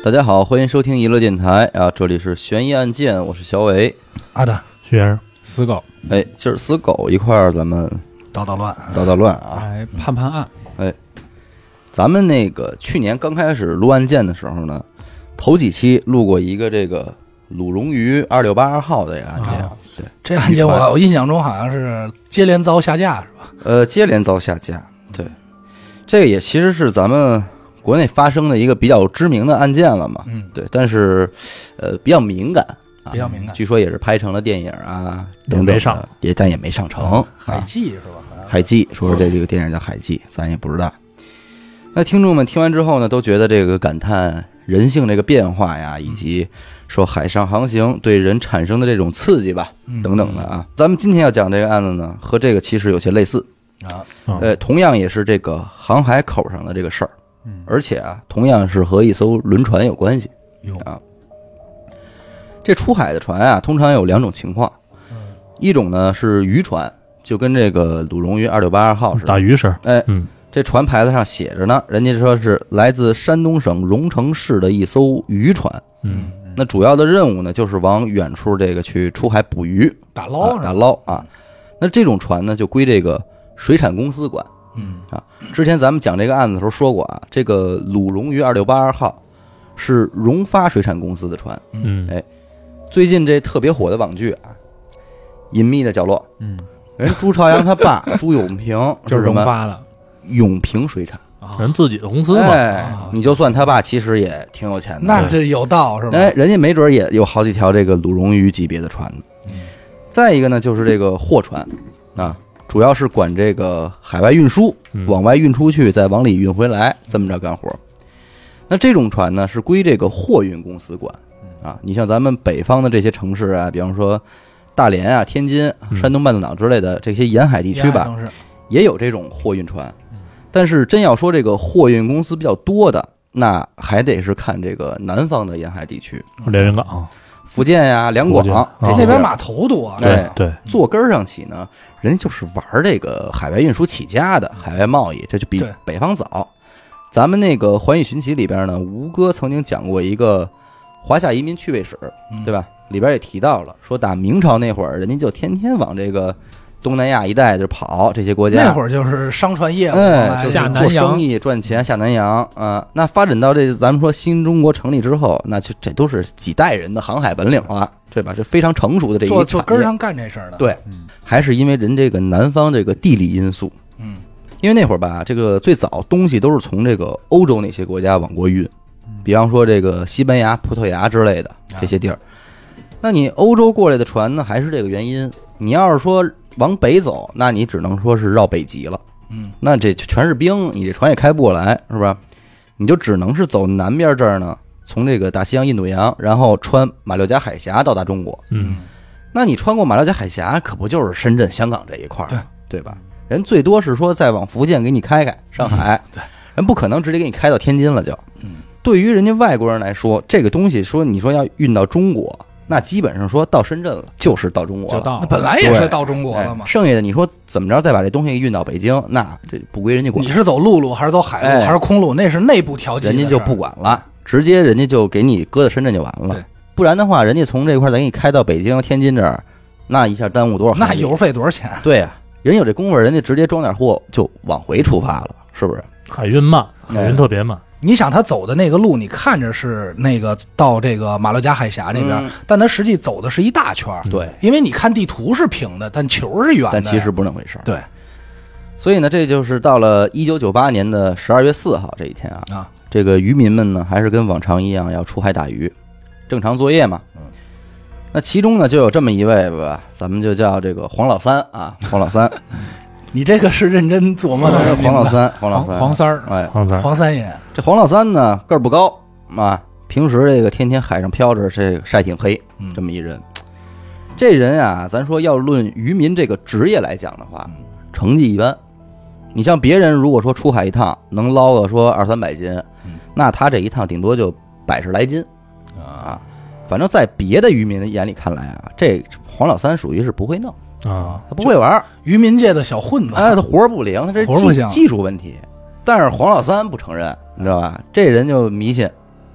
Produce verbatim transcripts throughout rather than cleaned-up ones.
大家好，欢迎收听娱乐电台啊，这里是悬疑案件，我是小伟， 阿达， 徐先生， 死狗， 哎，今儿死狗一块儿咱们捣捣乱， 捣捣乱啊， 哎，判判案， 哎，咱们那个去年刚开始录案件的时候呢，头几期录过一个这个鲁荣鱼二六八二号的这个案件，啊、对， 这案件我我印象中好像是接连遭下架是吧？ 呃，接连遭下架，对，这个也其实是咱们国内发生的一个比较知名的案件了嘛， 嗯， 对，但是呃比较敏感，啊、 比较敏感， 据说也是拍成了电影啊，等等没上， 也但也没上成， 嗯、海记是吧？ 海记，说是这这个电影叫海记，咱也不知道。那听众们听完之后呢，都觉得这个感叹人性这个变化呀，以及说海上航行对人产生的这种刺激吧， 嗯、 等等的啊。咱们今天要讲这个案子呢，和这个其实有些类似啊， 呃，同样也是这个航海口上的这个事儿。 嗯， 而且啊，同样是和一艘轮船有关系啊。这出海的船啊，通常有两种情况， 嗯， 一种呢是渔船，就跟这个鲁荣鱼二六八二号似的， 打鱼是， 哎， 嗯， 这船牌子上写着呢，人家说是来自山东省荣成市的一艘渔船， 嗯， 那主要的任务呢，就是往远处这个去出海捕鱼、 打捞、 啊、打捞啊。那这种船呢，就归这个水产公司管。 嗯啊，之前咱们讲这个案子的时候说过啊，这个鲁荣鱼二六八二号是荣发水产公司的船。 嗯， 哎，最近这特别火的网剧啊，《隐秘的角落》， 嗯， 人朱朝阳他爸朱永平就是荣发的永平水产， 人自己的公司嘛。 哎，你就算他爸其实也挺有钱的， 那这有道是吧？ 哎，人家没准也有好几条这个鲁荣鱼级别的船呢。 嗯， 再一个呢，就是这个货船啊。主要是管这个海外运输，往外运出去，再往里运回来，这么着干活。那这种船呢，是归这个货运公司管啊。你像咱们北方的这些城市啊，比方说大连啊、天津、山东半岛之类的这些沿海地区吧，也有这种货运船。但是真要说这个货运公司比较多的，那还得是看这个南方的沿海地区， 连云港、 福建呀、两广这这边码头多， 对对， 坐根儿上起呢。人家就是玩这个海外运输起家的，海外贸易，这就比北方早。咱们那个《环宇寻奇》里边呢，吴哥曾经讲过一个华夏移民趣味史，对吧？里边也提到了，说打明朝那会儿，人家就天天往这个东南亚一带就跑，这些国家那会儿就是商船业务， 哎， 下南做生意赚钱，下南洋啊。那发展到这，咱们说新中国成立之后，那就这都是几代人的航海本领了，对吧？这非常成熟的这一做做根上干这事儿的， 对。还是因为人这个南方这个地理因素， 嗯， 因为那会儿吧，这个最早东西都是从这个欧洲那些国家往过运，比方说这个西班牙、葡萄牙之类的这些地儿。那你欧洲过来的船呢，还是这个原因。你要是说往北走，那你只能说是绕北极了， 嗯， 那这全是冰，你这船也开不过来，是吧？你就只能是走南边这儿呢，从这个大西洋、印度洋，然后穿马六甲海峡到达中国， 嗯。 那你穿过马六甲海峡，可不就是深圳、香港这一块儿， 对对吧？人最多是说再往福建给你开开，上海， 嗯、对， 人不可能直接给你开到天津了就。 嗯， 对于人家外国人来说，这个东西说你说要运到中国，那基本上说到深圳了，就是到中国了， 就到了， 本来也是到中国了嘛。 哎、剩下的你说怎么着再把这东西运到北京，那这不归人家管。 你是走陆路还是走海路、哎、还是空路，那是内部调剂， 人家就不管了，直接人家就给你搁到深圳就完了。不然的话，人家从这块再给你开到北京、天津这儿。那一下耽误多少？ 那油费多少钱？ 对呀、啊，人有这功夫，人家直接装点货就往回出发了，是不是？ 海运慢，海运特别慢。 你想他走的那个路，你看着是那个到这个马六甲海峡那边，嗯、但他实际走的是一大圈。 对， 因为你看地图是平的，但球是圆的， 但其实不是那回事。 对， 所以呢，这就是到了一九九八年的十二月四号这一天啊， 啊， 这个渔民们呢，还是跟往常一样要出海打鱼，正常作业嘛。嗯。那其中呢，就有这么一位吧，咱们就叫这个黄老三啊，黄老三。 你这个是认真琢磨的， 黄老三，黄老三， 黄三儿， 哎， 黄三， 黄三爷。 这黄老三呢，个儿不高啊，平时这个天天海上飘着，这个晒挺黑，这么一人。这人啊，咱说要论渔民这个职业来讲的话，成绩一般。你像别人如果说出海一趟能捞个说二三百斤，那他这一趟顶多就百十来斤啊。反正在别的渔民的眼里看来啊，这黄老三属于是不会弄啊， 他不会玩， 渔民界的小混子， 哎，他活不灵，他这技技术问题。但是黄老三不承认，你知道吧？这人就迷信，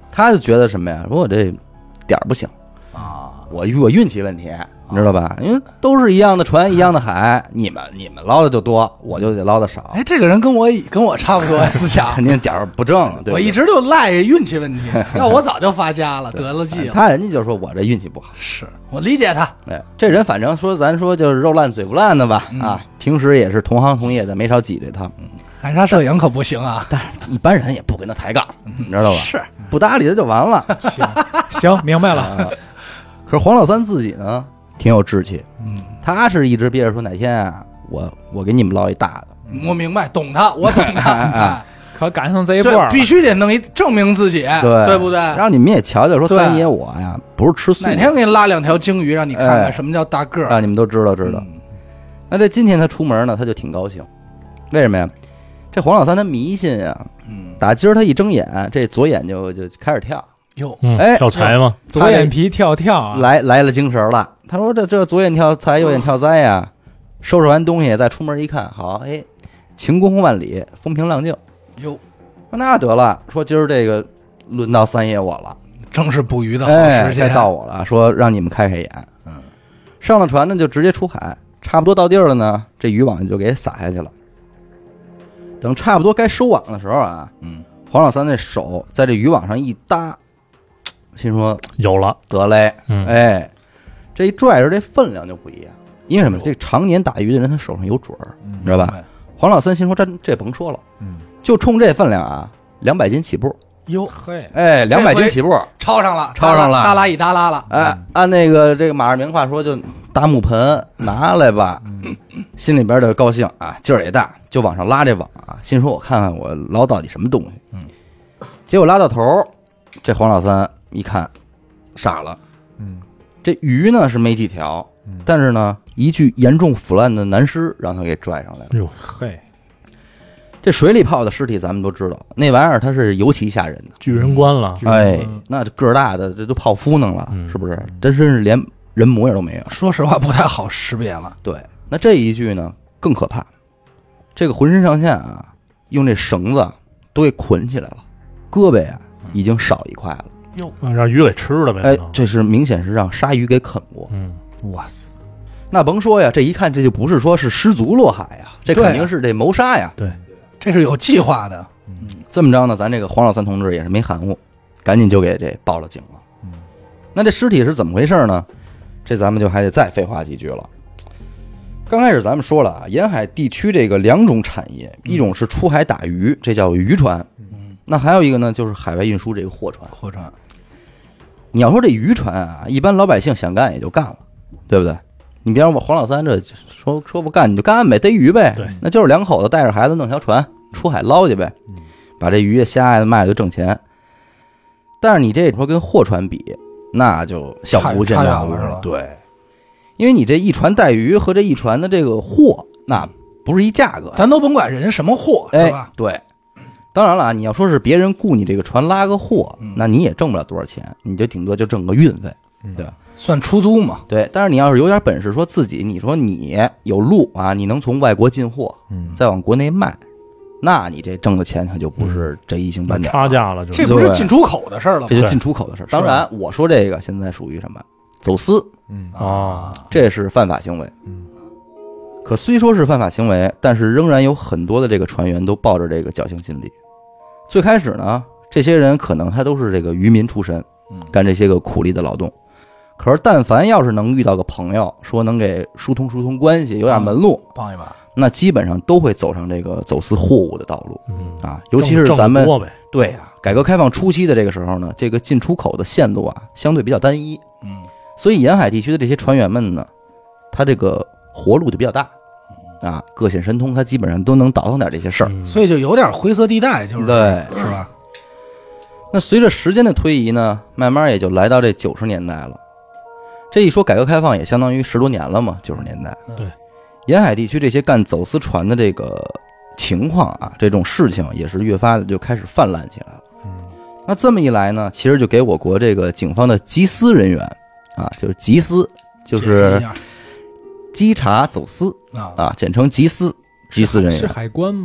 他就觉得什么呀？说我这点儿不行啊， 我我运气问题，你知道吧？因为都是一样的船，一样的海，你们你们捞的就多，我就得捞的少。 哎，这个人跟我跟我差不多思想， 肯定点儿不正。对对我一直就赖运气问题，要我早就发家了，得了计了。 他人家就说我这运气不好， 是我理解他。 哎，这人反正说咱说就是肉烂嘴不烂的吧， 嗯、 啊，平时也是同行同业的，没少挤兑他。 嗯，海沙摄影可不行啊， 但是一般人也不跟他抬杠，你知道吧？ 是不搭理他就完了。 行行，明白了。 啊、可是黄老三自己呢，挺有志气， 嗯， 他是一直憋着说哪天啊，我我给你们捞一大的。 我明白，懂他，我懂他。啊可赶上这一波， 必须得弄一证明自己， 对对不对？ 让你们也瞧瞧，说三爷我呀，不是吃素。 哪天给你拉两条鲸鱼，让你看看什么叫大个儿， 让你们都知道知道。嗯、那这今天他出门呢，他就挺高兴，为什么呀？这黄老三他迷信啊，嗯，打今儿他一睁眼，这左眼就就开始跳， 哟， 哎， 跳财吗？ 左眼皮跳跳啊， 来来了精神了。他说这这左眼跳财，右眼跳灾呀。收拾完东西再出门一看，好，哎，晴空万里，风平浪静， 哟。 那得了，说今儿这个轮到三爷我了， 正是捕鱼的好时间， 该到我了。说让你们开开眼。嗯，上了船呢，就直接出海，差不多到地儿了呢，这渔网就给撒下去了。等差不多该收网的时候啊，嗯，黄老三那手在这渔网上一搭，心说有了， 得嘞， 嗯， 哎，这一拽着这分量就不一样，因为什么？这常年打鱼的人他手上有准儿，你知道吧？黄老三心说这这甭说了，嗯。就冲这分量啊，两百斤起步。 哟嘿， 哎，两百斤起步， 超上了， 超上了， 耷拉一耷拉了。 哎，按那个这个马二明话说，就大木盆拿来吧，嗯、心里边的高兴啊，劲儿也大，就往上拉这网啊，心说我看看我捞到底什么东西。嗯，结果拉到头，这黄老三一看，傻了。嗯，这鱼呢是没几条，嗯、但是呢，一具严重腐烂的男尸让他给拽上来了。 哟嘿。 这水里泡的尸体咱们都知道，那玩意儿它是尤其吓人的， 巨人观了。 哎，那这个儿大的这都泡芙弄了，嗯、是不是？真是连人模样都没有。 说实话，不太好识别了。 对，那这一具呢更可怕，这个浑身上下啊，用这绳子都给捆起来了，胳膊啊已经少一块了。 哟、 啊，让鱼给吃了呗。 哎，这是明显是让鲨鱼给啃过。 嗯， 哇塞， 那甭说呀，这一看这就不是说是失足落海呀，这肯定是这谋杀呀。 对。 这是有计划的， 嗯，这么着呢，咱这个黄老三同志也是没含糊，赶紧就给这报了警了。嗯，那这尸体是怎么回事呢？这咱们就还得再废话几句了。刚开始咱们说了啊，沿海地区这个两种产业，一种是出海打鱼，这叫渔船，嗯，那还有一个呢，就是海外运输这个货船。 货船， 你要说这渔船啊，一般老百姓想干也就干了，对不对？你别让我黄老三这说说不干你就干呗，逮鱼呗， 对， 那就是两口子带着孩子弄条船出海捞去呗，把这鱼虾呀卖了就挣钱。但是你这说跟货船比，那就小巫见大巫了，是吧？对，因为你这一船带鱼和这一船的这个货，那不是一价格， 咱都甭管人什么货，是吧？ 哎，对。当然了啊，你要说是别人雇你这个船拉个货，嗯、那你也挣不了多少钱，你就顶多就挣个运费，对吧？ 算出租嘛？ 对，但是你要是有点本事，说自己，你说你有路啊，你能从外国进货，嗯，再往国内卖，那你这挣的钱可就不是这一星半点、 嗯、差价了就， 这不是进出口的事儿了吗？ 这就进出口的事儿。当然，我说这个现在属于什么？走私， 嗯啊，这是犯法行为。嗯，可虽说是犯法行为，但是仍然有很多的这个船员都抱着这个侥幸心理。最开始呢，这些人可能他都是这个渔民出身，干这些个苦力的劳动。可是，但凡要是能遇到个朋友，说能给疏通疏通关系，有点门路， 帮一把， 那基本上都会走上这个走私货物的道路。嗯啊，尤其是咱们对啊，改革开放初期的这个时候呢，这个进出口的线路啊，相对比较单一。嗯，所以沿海地区的这些船员们呢，他这个活路就比较大，啊，各显神通，他基本上都能倒腾点这些事儿， 嗯、所以就有点灰色地带，就是对， 是吧？ 那随着时间的推移呢，慢慢也就来到这九十年代了。这一说改革开放也相当于十多年了嘛，九十年代。 对， 沿海地区这些干走私船的这个情况啊，这种事情也是越发的就开始泛滥起来了。嗯，那这么一来呢，其实就给我国这个警方的缉私人员啊，就是缉私，就是稽查走私啊啊，简称缉私，缉私人员是海关吗？ 不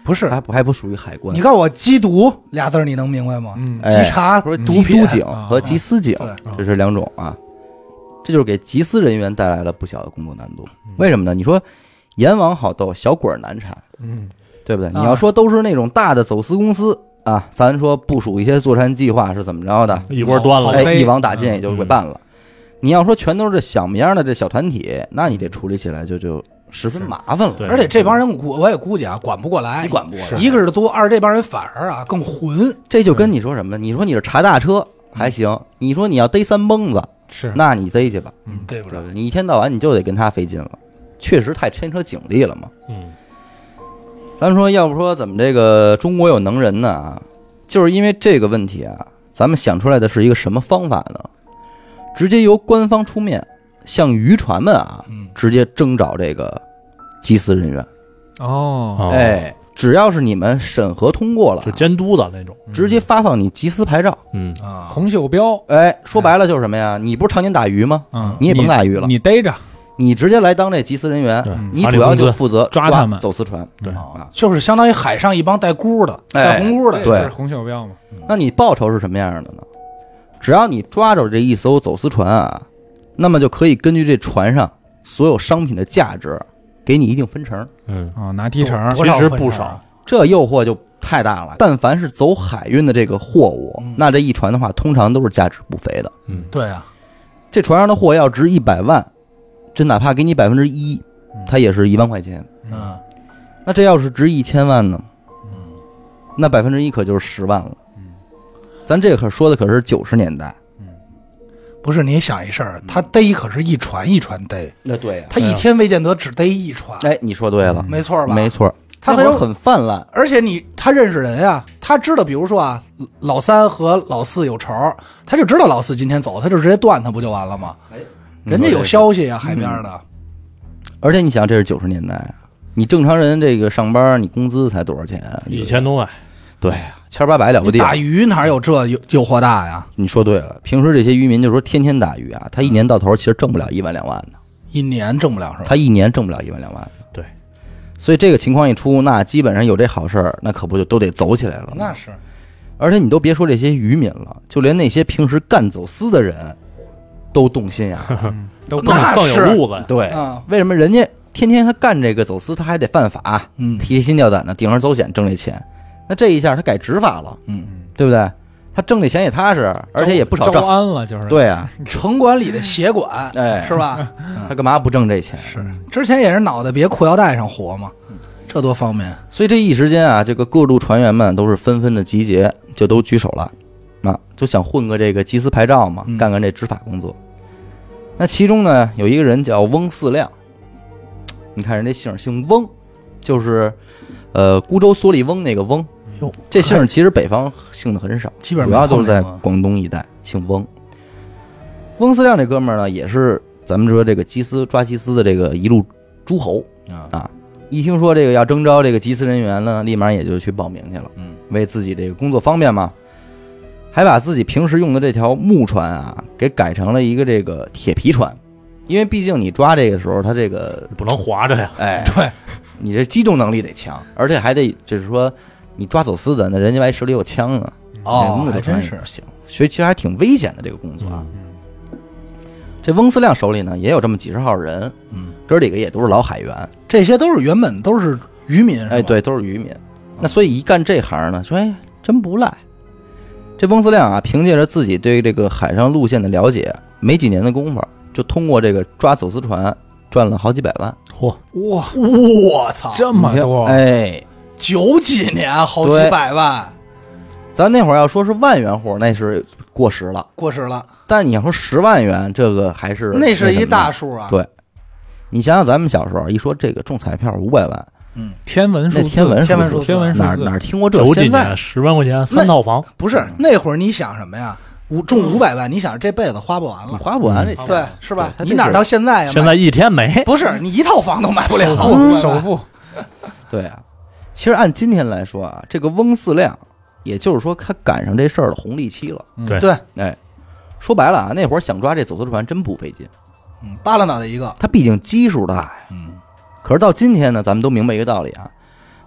不是， 还不还不属于海关。 你告诉我缉毒俩字你能明白吗？ 嗯， 哎稽查说毒品缉毒警和缉私警对， 这是两种啊。这就是给缉私人员带来了不小的工作难度。为什么呢？你说阎王好斗，小鬼难缠， 嗯， 对不对？你要说都是那种大的走私公司啊，咱说部署一些作战计划是怎么着的， 一锅端了， 哎，一网打尽也就给办了。你要说全都是这小名的这小团体，那你这处理起来就就十分麻烦了。 对而且这帮人估我也估计啊，管不过来， 你管不过来一个是多，二这帮人反而啊更混。 这就跟你说什么？你说你是查大车还行，你说你要逮三蹦子， 是， 那你逮去吧， 嗯，对不对？ 你一天到晚你就得跟他费劲了，确实太牵扯警力了嘛。 嗯， 咱们说，要不说怎么这个中国有能人呢啊？就是因为这个问题啊，咱们想出来的是一个什么方法呢？直接由官方出面向渔船们啊，直接征找这个缉私人员。 哦， 哎，只要是你们审核通过了， 就监督的那种， 直接发放你缉私牌照。 嗯啊， 红袖标， 哎，说白了就是什么呀？你不是常年打鱼吗？ 嗯， 你也甭打鱼了， 你逮着， 你直接来当这缉私人员对， 你主要就负责抓他们走私船。 对啊， 就是相当于海上一帮带箍的、带红箍的。 对就是红袖标嘛， 那你报酬是什么样的呢？只要你抓着这一艘走私船啊，那么就可以根据这船上所有商品的价值，给你一定分成。 嗯， 啊，拿提成， 其实不少， 这诱惑就太大了。但凡是走海运的这个货物， 嗯那这一船的话，通常都是价值不菲的。 嗯， 对啊， 这船上的货要值一百万，这哪怕给你百分之一，它也是一万块钱。 嗯， 那这要是值一千万呢？那百分之一可就是十万了。咱这可说的可是九十年代。 不是你想一事儿，他逮可是一船一船逮， 那对呀、 他一天未见得只逮一船， 哎，你说对了， 没错吧？ 没错， 他很有那会儿很泛滥。 而且你他认识人呀，他知道，比如说啊，老三和老四有仇，他就知道老四今天走，他就直接断他不就完了吗？人家有消息呀，海边的。 而且你想，这是九十年代啊，你正常人这个上班，你工资才多少钱啊？ 一千多万， 对啊，千八百了不你地。 打鱼哪有这诱诱惑大呀？ 你说对了，平时这些渔民就说天天打鱼啊，他一年到头其实挣不了一万两万的， 一年挣不了是吧？ 他一年挣不了一万两万的。 对， 所以这个情况一出，那基本上有这好事儿，那可不就都得走起来了吗？ 那是， 而且你都别说这些渔民了，就连那些平时干走私的人都动心呀。 都更更那是有路子呀。 对， 嗯为什么人家天天还干这个走私，他还得犯法， 嗯提心吊胆的，铤而走险挣这钱？那这一下他改执法了， 嗯， 对不对？他挣这钱也踏实，而且也不少招挣。 安了，就是对啊， 城管里的协管， 哎是吧？ 他干嘛不挣这钱？ 是，之前也是脑袋别裤腰带上活嘛，这多方便。 所以这一时间啊，这个各路船员们都是纷纷的集结，就都举手了，啊，就想混个这个缉私牌照嘛， 嗯干干这执法工作。那其中呢，有一个人叫翁四亮，你看人这姓姓翁，就是呃孤州蓑笠翁那个翁。 哟， 这姓其实北方姓的很少， 基本上主要都是在没碰见过广东一带姓翁。翁四亮这哥们儿呢，也是咱们说这个缉私抓缉私的这个一路诸侯啊。一听说这个要征召这个缉私人员呢，立马也就去报名去了。 嗯， 为自己这个工作方便嘛，还把自己平时用的这条木船啊，给改成了一个这个铁皮船，因为毕竟你抓这个时候，它这个不能划着呀。 哎， 对， 你这机动能力得强，而且还得就是说，你抓走私的，那人家万一手里有枪呢， 哦木头还真是船也不行，所以其实还挺危险的这个工作啊。这翁四亮手里呢也有这么几十号人， 嗯， 哥几个也都是老海员， 这些都是原本都是渔民，是吧哎，，对，都是渔民。那所以一干这行呢，说哎，真不赖。这翁四亮啊，凭借着自己对这个海上路线的了解，没几年的功夫，就通过这个抓走私船赚了好几百万。 嚯， 哇，我操， 这么多， 哎， 九几年好几百万， 咱那会儿要说是万元户，那是过时了。 过时了， 但你要说十万元，这个还是那是一什么大数啊。 对，你想想咱们小时候一说这个中彩票五百万， 嗯， 天文数字， 那天文天文数字数字天文数字哪儿哪儿听过这？ 九几现在年十万块钱三套房， 不是那会儿你想什么呀？五中五百万，你想这辈子花不完你了， 花不完这钱， 对，是吧？ 对你哪儿到现在呀？ 现在一天没。 不是你一套房都买不了， 首付， 对啊。其实按今天来说啊，这个翁四亮，也就是说他赶上这事儿的红利期了。 嗯对对， 哎，说白了啊，那会儿想抓这走私船真不费劲， 嗯，扒拉脑袋一个， 他毕竟基数大呀。 嗯， 可是到今天呢，咱们都明白一个道理啊，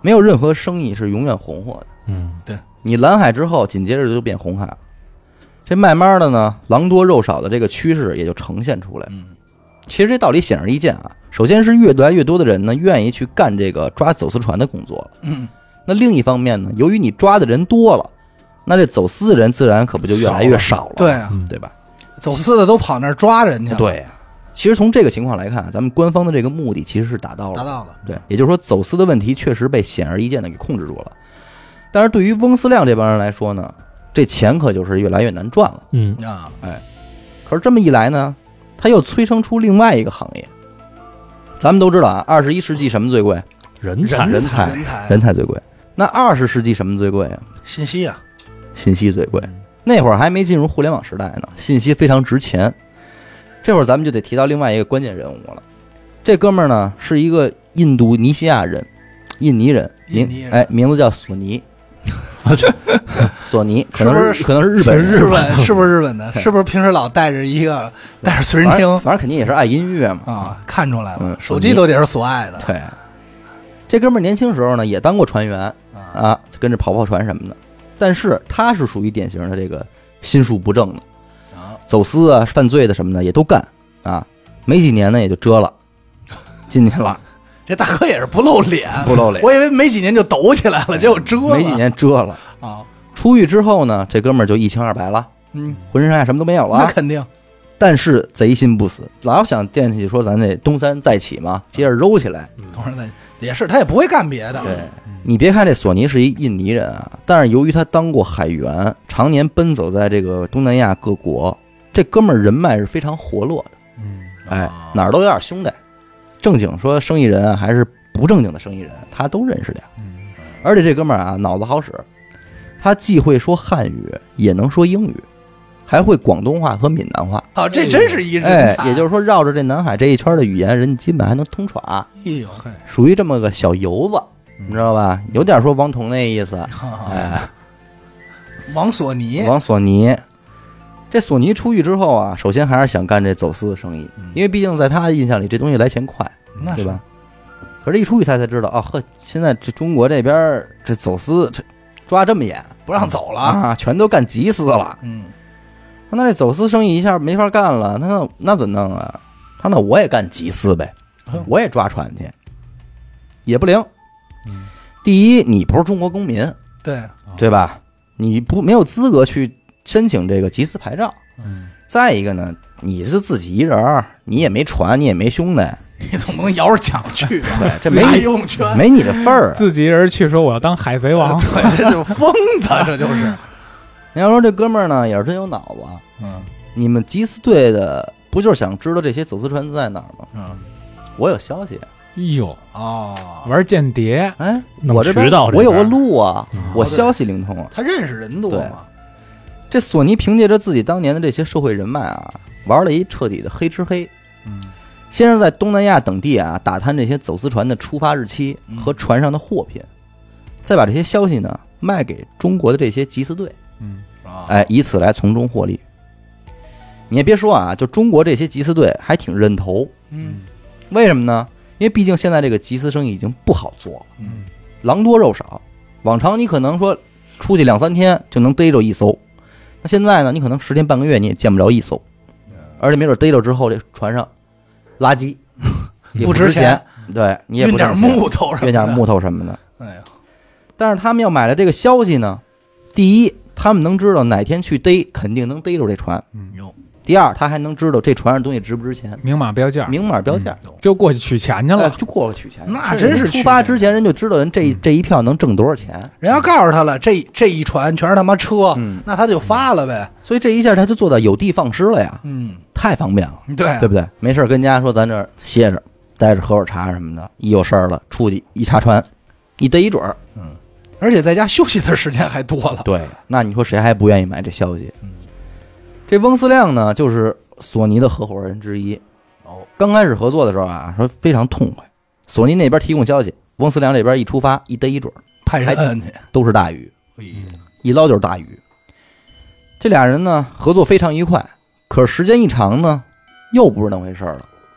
没有任何生意是永远红火的。 嗯， 对， 你蓝海之后，紧接着就变红海了。这慢慢的呢，狼多肉少的这个趋势也就呈现出来。 嗯， 其实这道理显而易见啊。首先是越来越多的人呢，愿意去干这个抓走私船的工作了。 嗯， 那另一方面呢，由于你抓的人多了，那这走私的人自然可不就越来越少了？ 对啊， 对吧？ 走私的都跑那儿抓人去了。 对呀。其实从这个情况来看，咱们官方的这个目的其实是达到了， 达到了。 对，也就是说走私的问题确实被显而易见的给控制住了。但是对于翁思亮这帮人来说呢，这钱可就是越来越难赚了。 嗯啊， 哎，可是这么一来呢，他又催生出另外一个行业。咱们都知道啊，二十一世纪什么最贵？ 人才人才， 人才， 人才最贵。那二十世纪什么最贵啊？ 信息啊， 信息最贵。那会儿还没进入互联网时代呢，信息非常值钱。这会儿咱们就得提到另外一个关键人物了。这哥们儿呢是一个印度尼西亚人，印尼人，名哎名字叫索尼。索尼可能是可能是日本人， 日本是不是日本的？是不是平时老带着一个带着随身听？ 反正肯定也是爱音乐嘛啊，看出来了， 嗯， 手机都得是所爱的。 对，这哥们儿年轻时候呢也当过船员啊，跟着跑跑船什么的，但是他是属于典型的这个心术不正的啊，走私啊、犯罪的什么的也都干啊，没几年呢也就遮了，进去了。 这大哥也是不露脸， 不露脸。 我以为没几年就抖起来了，结果遮了。 没几年遮了啊！ 出狱之后呢，这哥们儿就一清二白了， 嗯， 浑身上下什么都没有了。 那肯定。 但是贼心不死，老想惦记说咱这东山再起嘛，接着揉起来。 东山再起也是，他也不会干别的。 对，你别看这索尼是一印尼人啊，但是由于他当过海员，常年奔走在这个东南亚各国，这哥们儿人脉是非常活络的。 嗯， 哎，哪儿都有点兄弟。正经说生意人啊，还是不正经的生意人，他都认识点。 嗯， 而且这哥们儿啊，脑子好使，他既会说汉语，也能说英语，还会广东话和闽南话。 哦，这真是一人才。 哎，也就是说，绕着这南海这一圈的语言，人基本还能通传。 哎呦， 属于这么个小游子，你知道吧？有点说王彤那意思。哎， 王索尼， 王索尼。这索尼出狱之后啊，首先还是想干这走私的生意，因为毕竟在他的印象里，这东西来钱快，对吧？可是，一出去他才知道，哦呵，现在这中国这边这走私这抓这么严， 不让走了啊，全都干缉私了。 嗯， 那这走私生意一下没法干了，那那那怎弄啊？他那我也干缉私呗，我也抓船去，也不灵。第一，你不是中国公民， 对对吧？你不没有资格去申请这个缉私牌照。 嗯， 再一个呢，你是自己一人，你也没船，你也没兄弟， 你总不能摇着桨去吧？ 对，这没用权， 没你的份儿、啊。 自己人去说我要当海贼王， 对，这就疯子，这就是。 你要说这哥们儿呢，也是真有脑子。 嗯， 你们缉私队的不就是想知道这些走私船在哪儿吗？ 嗯， 我有消息。 哎呦哦， 玩间谍， 哎，我这边我有个路啊，我消息灵通啊。 他认识人多嘛。 这索尼凭借着自己当年的这些社会人脉啊，玩了一彻底的黑吃黑。 嗯， 先是在东南亚等地啊打探这些走私船的出发日期和船上的货品，再把这些消息呢卖给中国的这些缉私队。 嗯， 哎，以此来从中获利。你也别说啊，就中国这些缉私队还挺认头。 嗯， 为什么呢？因为毕竟现在这个缉私生意已经不好做了。 嗯， 狼多肉少，往常你可能说出去两三天就能逮着一艘，那现在呢，你可能十天半个月你也见不着一艘，而且没准逮着之后这船上垃圾也不值钱， 对你也不运点木头， 运点木头什么的。 哎呀， 但是他们要买了这个消息呢，第一，他们能知道哪天去逮，肯定能逮着这船。 嗯，有。 第二，他还能知道这船上东西值不值钱， 明码标价， 明码标价， 嗯、就过去取钱去了， 哎、就过去取钱。 那真是出发之前人就知道人这、嗯、这一票能挣多少钱， 人家告诉他了，这这一船全是他妈车， 嗯， 那他就发了呗。 所以这一下他就做到有的放矢了呀， 嗯， 太方便了， 对对不对？没事跟家说咱这歇着，待着喝会儿茶什么的，一有事儿了出去一查船，一逮一准儿， 嗯，而且在家休息的时间还多了。 对，那你说谁还不愿意买这消息？ 嗯， 这翁思亮呢，就是索尼的合伙人之一。哦，刚开始合作的时候啊，说非常痛快。索尼那边提供消息，翁思亮这边一出发一逮一准， 派人去都是大鱼， 嗯， 一捞就是大鱼。这俩人呢合作非常愉快，可是时间一长呢，又不是那回事了。 嗯，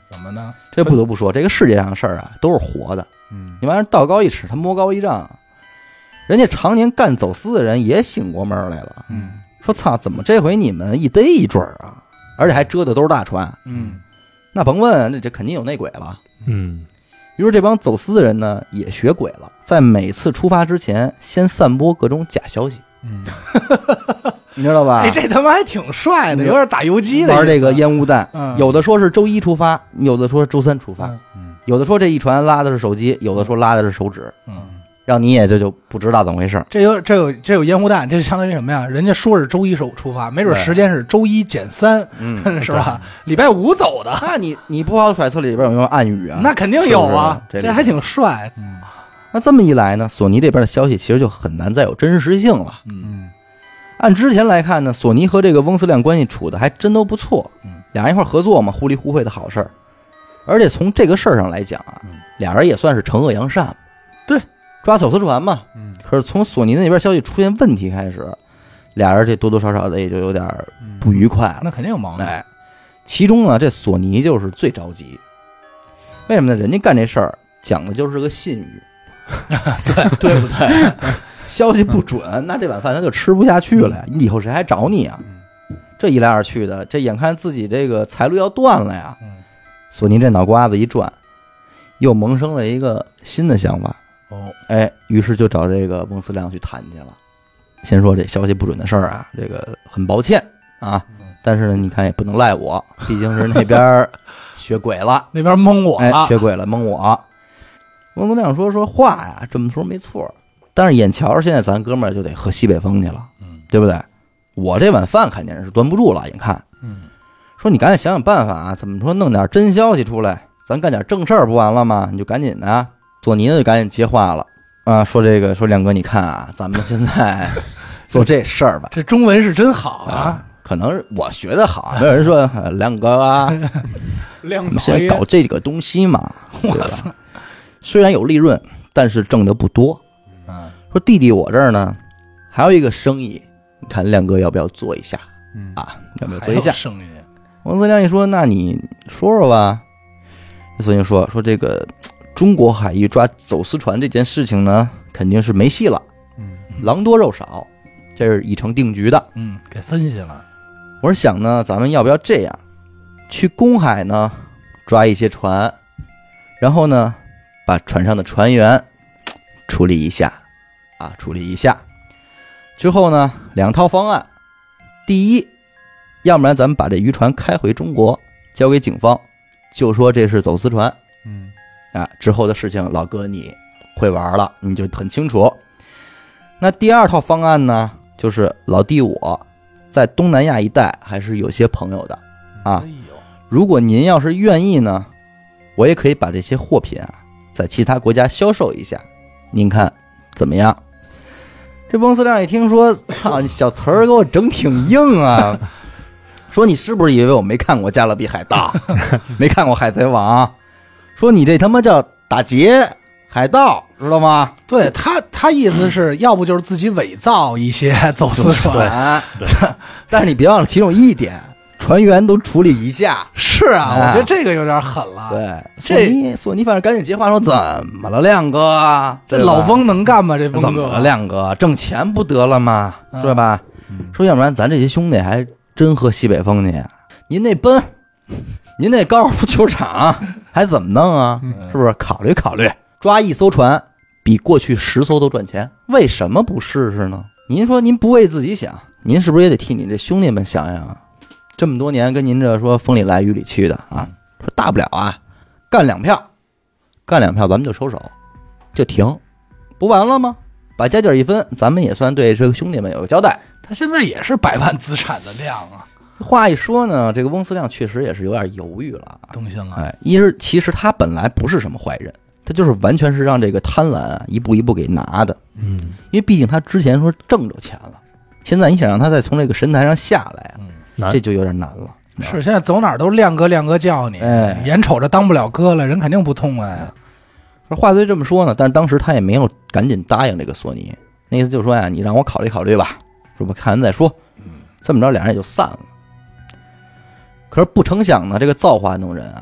怎么呢？ 这不得不说，这个世界上的事儿啊，都是活的。 嗯， 你玩意道高一尺，他魔高一丈。人家常年干走私的人也醒过闷儿来了， 嗯， 说操，怎么这回你们一逮一准儿啊？而且还遮的都是大船， 嗯， 那甭问，那这肯定有内鬼了。 嗯， 于是这帮走私的人呢，也学鬼了，在每次出发之前，先散播各种假消息。 嗯， 你知道吧？ 哎，这他妈还挺帅的，有点打游击的。 玩这个烟雾弹， 嗯、 有的说是周一出发，有的说周三出发， 嗯、 有的说这一船拉的是手机，有的说拉的是手指， 嗯， 让你也这就不知道怎么回事。 这有这有这有烟雾弹，这相当于什么呀？人家说是周一手出发，没准时间是周一减三，嗯，是吧？礼拜五走的。 那你你不好揣测里边有没有暗语啊？ 那肯定有啊， 是是这还挺帅。 嗯， 那这么一来呢，索尼这边的消息其实就很难再有真实性了。 嗯。 按之前来看呢，索尼和这个翁思亮关系处的还真都不错， 嗯， 俩人一块合作嘛，互利互惠的好事儿。而且从这个事儿上来讲啊，俩人也算是惩恶扬善， 对， 抓走私船嘛。 嗯， 可是从索尼那边消息出现问题开始，俩人这多多少少的也就有点不愉快了。 那肯定有毛病。 哎，其中呢，这索尼就是最着急。为什么呢？人家干这事儿讲的就是个信誉，对对不对？消息不准，那这碗饭他就吃不下去了呀！你以后谁还找你啊？这一来二去的，这眼看自己这个财路要断了呀。索尼这脑瓜子一转，又萌生了一个新的想法。 哦， 哎，于是就找这个翁思亮去谈去了。先说这消息不准的事儿啊，这个很抱歉啊，但是呢，你看也不能赖我，毕竟是那边学鬼了， 那边蒙我了， 哎，学鬼了蒙我。翁思亮说说话呀，这么说没错。但是眼瞧着现在咱哥们儿就得喝西北风去了， 嗯，对不对？我这碗饭肯定是端不住了，眼看， 嗯， 说你赶紧想想办法啊，怎么说弄点真消息出来，咱干点正事儿不完了吗？你就赶紧的啊。索尼呢就赶紧接话了啊，说这个说亮哥，你看啊，咱们现在做这事儿吧， 这中文是真好啊， 啊可能是我学的好，没有人说亮哥啊， 亮我们现在搞这个东西嘛，对吧？虽然有利润，但是挣的不多。 嗯， 说弟弟我这儿呢，还有一个生意，你看亮哥要不要做一下？ 嗯啊，要不要做一下？ 生意。 王思亮一说，那你说说吧。索性说说这个中国海域抓走私船这件事情呢，肯定是没戏了。 嗯， 狼多肉少，这是已成定局的。 嗯，给分析了。 我是想呢，咱们要不要这样，去公海呢抓一些船，然后呢把船上的船员处理一下，啊，处理一下。之后呢，两套方案。第一，要不然咱们把这渔船开回中国，交给警方，就说这是走私船。 嗯， 啊，之后的事情老哥你会玩了，你就很清楚。那第二套方案呢，就是老弟我在东南亚一带还是有些朋友的啊。如果您要是愿意呢，我也可以把这些货品啊在其他国家销售一下，您看怎么样？这翁思亮一听说，操，你小词儿给我整挺硬啊！说你是不是以为我没看过《加勒比海盗》，没看过《海贼王》？说你这他妈叫打劫海盗，知道吗？ 对他，他意思是要不就是自己伪造一些走私船， 但是你别忘了其中一点，船员都处理一下。 是啊，我觉得这个有点狠了。 对，索尼索尼反正赶紧接话说，怎么了，亮哥？ 这老翁能干吗？这翁哥怎么了，亮哥？挣钱不得了吗？是吧？说要不然咱这些兄弟还真喝西北风去。您那奔，您那高尔夫球场还怎么弄啊？是不是？考虑考虑，抓一艘船比过去十艘都赚钱，为什么不试试呢？您说您不为自己想，您是不是也得替你这兄弟们想想啊？这么多年跟您这说风里来雨里去的啊，说大不了啊，干两票，干两票咱们就收手，就停，不完了吗？把家底一分，咱们也算对这个兄弟们有个交代。 他现在也是百万资产的量啊。 话一说呢，这个翁思亮确实也是有点犹豫了， 动心了。 哎，一是其实他本来不是什么坏人，他就是完全是让这个贪婪啊一步一步给拿的。 嗯， 因为毕竟他之前说挣着钱了，现在你想让他再从这个神坛上下来啊， 难这就有点难了。 是现在走哪儿都亮哥亮哥叫你， 哎， 眼瞅着当不了哥了，人肯定不痛快呀。 话虽这么说呢，但是当时他也没有赶紧答应这个索尼，那意思就是说呀，你让我考虑考虑吧，是吧？看完再说。这么着，俩人也就散了。可是不成想呢，这个造化弄人啊，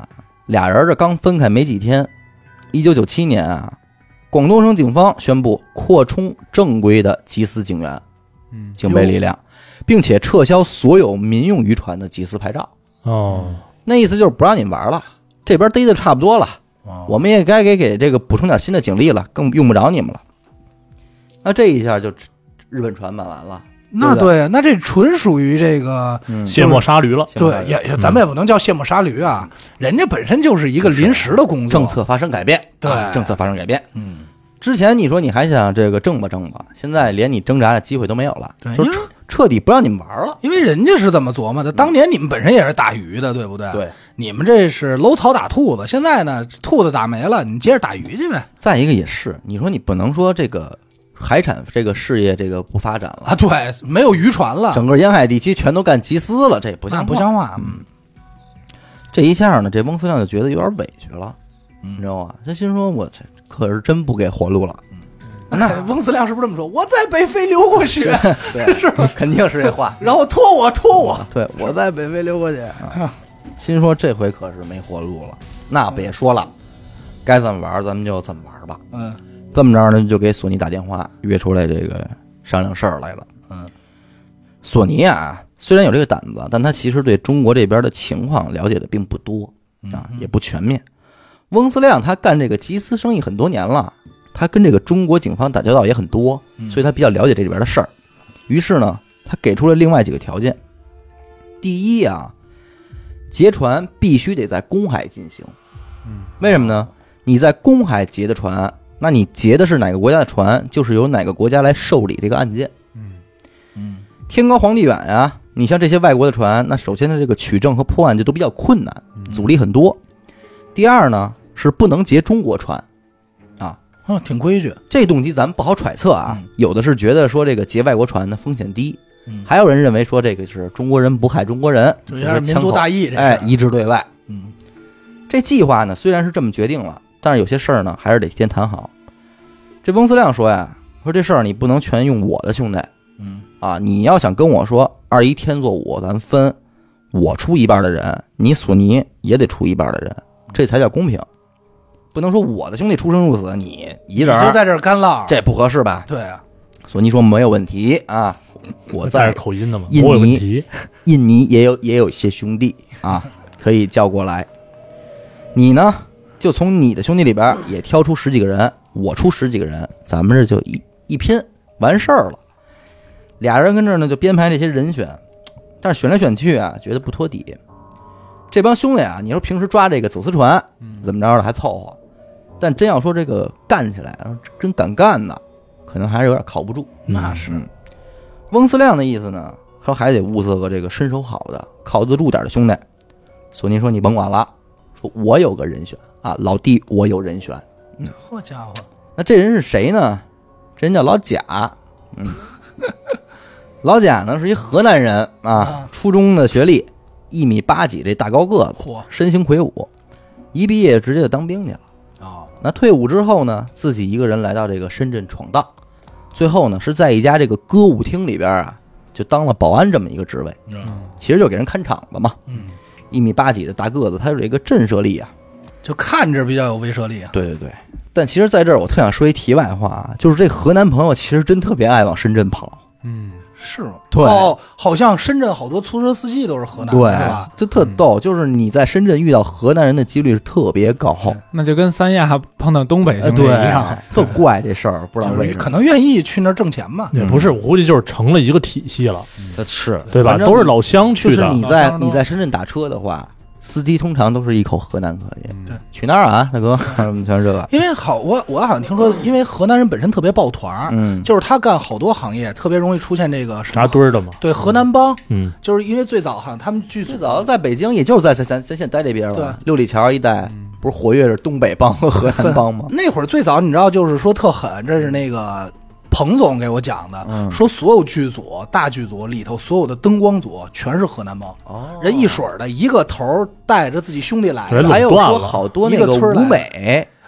俩人这刚分开没几天，一九九七年啊，广东省警方宣布扩充正规的缉私警员、 嗯， 警备力量，并且撤销所有民用渔船的缉私牌照。 哦， 那意思就是不让你玩了，这边逮的差不多了，我们也该给给这个补充点新的警力了，更用不着你们了。那这一下就日本船满完了。 那对，那这纯属于这个卸磨杀驴了。 对，也也咱们也不能叫卸磨杀驴啊，人家本身就是一个临时的工作， 政策发生改变， 对， 政策发生改变。 嗯， 之前你说你还想这个挣吧挣吧，现在连你挣扎的机会都没有了， 对， 就彻彻底不让你们玩了。 因为人家是这么琢磨的，当年你们本身也是打鱼的，对不对？ 对， 你们这是搂草打兔子，现在呢，兔子打没了，你接着打鱼去呗。 再一个也是，你说你不能说这个海产这个事业这个不发展了啊，对，没有渔船了， 整个沿海地区全都干缉私了，这不像话不像话。 嗯，这一下呢，这翁思亮就觉得有点委屈了，你知道吗？他心说我这可是真不给活路了。 那翁思亮是不是这么说？我在北非流过血， 对，是吧？肯定是这话。 然后拖我拖我， 对，我在北非流过血。啊、心说这回可是没活路了。那别说了，该怎么玩咱们就怎么玩吧。 嗯， 这么着呢，就给索尼打电话约出来这个商量事儿来了。 嗯， 索尼啊，虽然有这个胆子，但他其实对中国这边的情况了解的并不多啊，也不全面。翁思亮他干这个缉私生意很多年了。他跟这个中国警方打交道也很多，所以他比较了解这里边的事儿。于是呢，他给出了另外几个条件。第一啊，劫船必须得在公海进行。为什么呢？你在公海劫的船，那你劫的是哪个国家的船，就是由哪个国家来受理这个案件。 嗯嗯，天高皇帝远啊，你像这些外国的船，那首先的这个取证和破案就都比较困难，阻力很多。第二呢，是不能劫中国船。 嗯，挺规矩。 这动机咱们不好揣测啊， 嗯、 有的是觉得说这个劫外国船的风险低， 嗯、 还有人认为说这个是中国人不害中国人， 就有点民族大义， 哎，一致对外。 嗯， 这计划呢虽然是这么决定了，但是有些事儿呢还是得先谈好。这翁思亮说呀，说这事儿你不能全用我的兄弟， 嗯啊，你要想跟我说二一天作五，咱分，我出一半的人，你索尼也得出一半的人，这才叫公平。不能说我的兄弟出生入死，你一人就在这儿干唠， 这不合适吧？ 对啊， 索尼说没有问题啊，我在口音的嘛， 印尼，印尼也有也有一些兄弟啊，可以叫过来。你呢，就从你的兄弟里边也挑出十几个人，我出十几个人，咱们这就一一拼完事儿了。俩人跟这儿呢就编排这些人选，但是选来选去啊，觉得不托底。这帮兄弟啊，你说平时抓这个走私船怎么着的还凑合。但真要说这个干起来，真敢干的，可能还是有点靠不住。 那是， 嗯、翁思亮的意思呢，说还得物色个这个身手好的、靠得住点的兄弟。索尼说你甭管了，说我有个人选啊，老弟，我有人选。 嗯，好家伙， 那这人是谁呢？这人叫老贾。嗯，老贾呢是一河南人啊，初中的学历，一米八几，这大高个子，身形魁梧，一毕业直接就当兵去了。 哦， 那退伍之后呢，自己一个人来到这个深圳闯荡，最后呢是在一家这个歌舞厅里边啊，就当了保安这么一个职位， 嗯， 其实就给人看场子嘛。 嗯， 一米八几的大个子，他有这个震慑力啊， 就看着比较有威慑力啊。 对对对，但其实在这儿我特想说一题外话啊，就是这河南朋友其实真特别爱往深圳跑。 嗯。 是吗？ 对， 哦，好像深圳好多出租车司机都是河南的， 对吧？ 就特逗，就是你在深圳遇到河南人的几率是特别高， 那就跟三亚碰到东北兄弟一样， 特怪这事儿，不知道为什么， 可能愿意去那儿挣钱吧？ 也不是，我估计就是成了一个体系了， 是对吧？都是老乡去的。 就是你在你在深圳打车的话，司机通常都是一口河南口音。 对， 去哪儿啊，大哥？全是这个。 因为好，我我好像听说，因为河南人本身特别抱团， 嗯， 就是他干好多行业，特别容易出现这个扎堆儿的嘛。 对，河南帮， 嗯， 就是因为最早好像他们剧最早在北京，也就是在咱咱咱现在待这边了。 对， 六里桥一带不是活跃着东北帮和河南帮吗？ 那会儿最早你知道，就是说特狠，这是那个。彭总给我讲的， 嗯、 说所有剧组大剧组里头所有的灯光组全是河南帮， 哦、 人一水的一个头带着自己兄弟来的， 还有说好多那个舞美，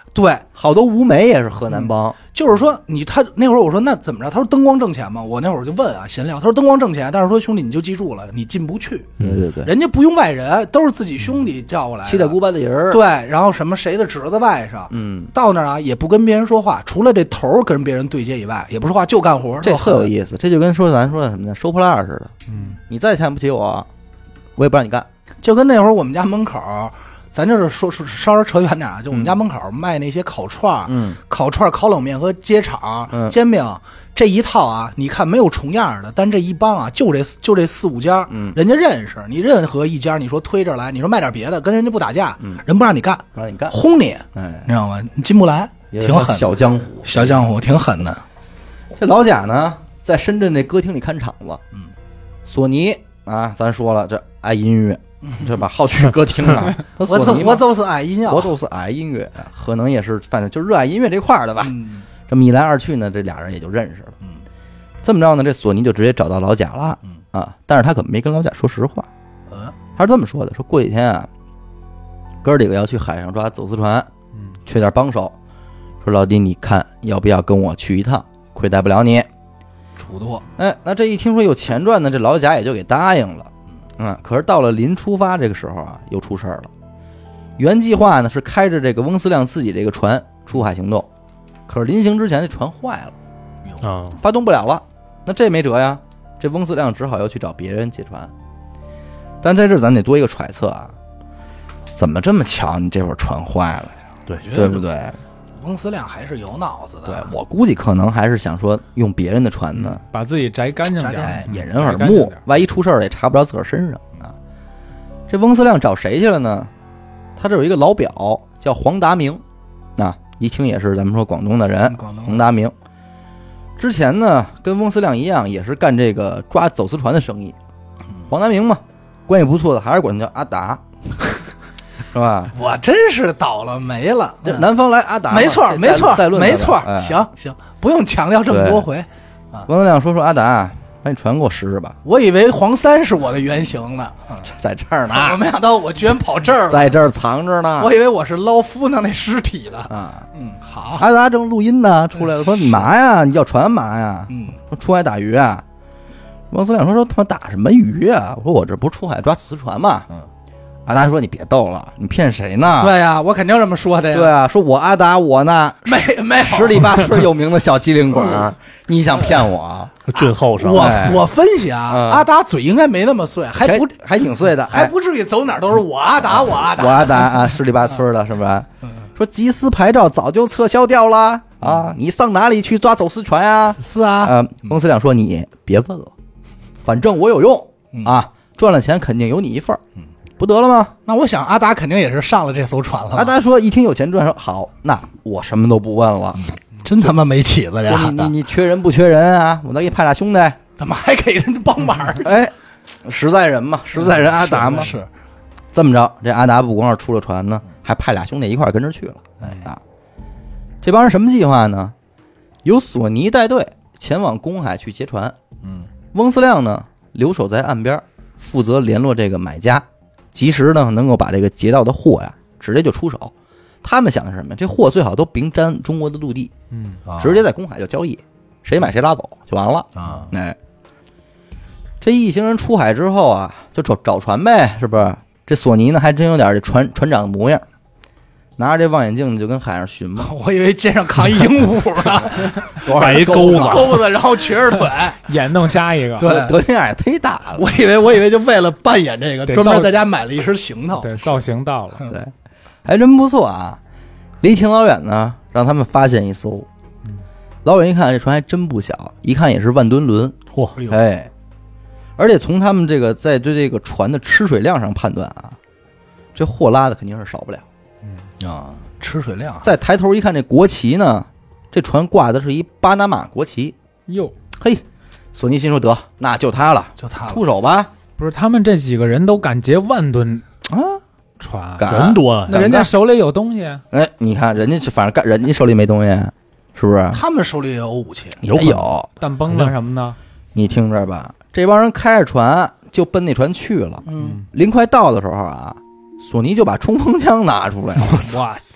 对， 好多吴美也是河南帮。 就是说你他那会儿我说那怎么着？他说灯光挣钱嘛。我那会儿就问啊闲聊，他说灯光挣钱，但是说兄弟你就记住了，你进不去。 对对对， 人家不用外人，都是自己兄弟叫过来的。 七大姑八大姨儿。 对，然后什么谁的侄子外甥， 嗯， 到那儿啊也不跟别人说话，除了这头跟别人对接以外，也不说话就干活。 这特有意思，这就跟说咱说的什么呢？收破烂似的。 嗯， 你再看不起我，我也不让你干。 就跟那会儿我们家门口。咱就是说说稍微扯远点啊，就我们家门口卖那些烤串，嗯，烤串、烤冷面和街炒、嗯、煎饼这一套啊，你看没有重样的，但这一帮啊，就这就这四五家，嗯，人家认识你，任何一家你说推着来，你说卖点别的，跟人家不打架，嗯，人不让你干， 不让你干， 轰你， 哎， 你知道吗？你进不来，挺狠， 小江湖， 小江湖挺狠的。 这老贾呢，在深圳这歌厅里看场子，嗯，索尼啊，咱说了，这爱音乐。这吧，好去歌厅啊！ 我就我就是爱音乐， 我就是爱音乐，可能也是，反正就热爱音乐这块的吧。 嗯、 这么一来二去呢，这俩人也就认识了。嗯，这么着呢，这索尼就直接找到老贾了。嗯啊，但是他可没跟老贾说实话。 嗯， 他是这么说的：说过几天啊，哥儿几个要去海上抓走私船，嗯，缺点帮手。说老弟，你看要不要跟我去一趟？亏待不了你。 处多。 哎，那这一听说有钱赚呢，这老贾也就给答应了。嗯，可是到了临出发这个时候啊，又出事儿了。原计划呢是开着这个翁思亮自己这个船出海行动，可是临行之前这船坏了，啊，发动不了了。那这没辙呀，这翁思亮只好又去找别人借船。但在这咱得多一个揣测啊，怎么这么巧，你这会儿船坏了呀？ 对， 对不对？ 翁思亮还是有脑子的。 对，我估计可能还是想说用别人的船呢， 把自己摘干净点， 哎，掩人耳目，万一出事儿也查不着自个儿身上啊。这翁思亮找谁去了呢？他这有一个老表叫黄达明，啊，一听也是咱们说广东的人，黄达明。之前呢，跟翁思亮一样，也是干这个抓走私船的生意。黄达明嘛，关系不错的，还是管他叫阿达。是吧？ 我真是倒了霉了。 这南方来阿达， 没错，没错，没错。 哎、 行行，不用强调这么多回。 翁思亮说说阿达，把你船给我试试吧。 我以为黄三是我的原型呢， 在这儿呢。 我没想到我居然跑这儿了， 在这儿藏着呢。 我以为我是捞夫呢那尸体的啊。 嗯，好。 阿达正录音呢，出来了，说你嘛呀？你要船嘛呀？嗯，说出海打鱼啊。翁思亮说说他妈打什么鱼啊？我说我这不是出海抓走私船嘛。嗯。阿达说：“你别逗了，你骗谁呢？” 对呀、啊，我肯定这么说的呀。 对啊，说我阿达我呢， 没没十里八村有名的小机灵鬼，你想骗我？ 俊厚上， 我我分析啊，嗯、阿达嘴应该没那么碎，还不还挺碎的， 还不至于走哪儿都是我阿达，我阿达， 我阿达啊，十里八村的是不是？说缉私牌照早就撤销掉了啊，你上哪里去抓走私船啊？ 是啊， 呃，翁思亮说你别问了，反正我有用啊，赚了钱肯定有你一份儿。不得了吗？ 那我想阿达肯定也是上了这艘船了。 阿达说一听有钱赚，说好，那我什么都不问了。 真他妈没起子呀！ 你你你缺人不缺人啊？我再给你派俩兄弟， 怎么还给人帮忙？ 哎，实在人嘛，实在人阿达嘛。 是这么着，这阿达不光是出了船呢，还派俩兄弟一块跟着去了。哎啊，这帮人什么计划呢？由索尼带队前往公海去劫船。嗯，翁思亮呢留守在岸边，负责联络这个买家。及时呢，能够把这个劫到的货呀，直接就出手。他们想的是什么？这货最好都并沾中国的陆地，嗯，直接在公海就交易，谁买谁拉走就完了啊！哎，这一行人出海之后啊，就找找船呗，是不是？这索尼呢，还真有点这船船长模样，拿着这望远镜就跟海上寻嘛。 我以为肩上扛一鹦鹉呢， 摆一钩子， 钩子，然后瘸着腿， 眼弄瞎一个。 对， 德云也忒大了。 我以为，我以为就为了扮演这个，专门在家买了一身行头。 对，造型到了， 对，还真不错啊。离挺老远呢，让他们发现一艘。嗯，老远一看，这船还真不小，一看也是万吨轮。 嚯， 哎，而且从他们这个在对这个船的吃水量上判断啊，这货拉的肯定是少不了。 嗯啊，吃水量。 再抬头一看，这国旗呢，这船挂的是一巴拿马国旗。 哟， 嘿，索尼心说得，那就他了， 就他了， 出手吧。 不是，他们这几个人都敢劫万吨啊船， 人多啊， 那人家手里有东西。 哎，你看人家反正干，人家手里没东西，是不是？ 他们手里也有武器， 有有弹崩子什么的。 你听着吧，这帮人开着船就奔那船去了。嗯，临快到的时候啊，索尼就把冲锋枪拿出来了。 哇塞！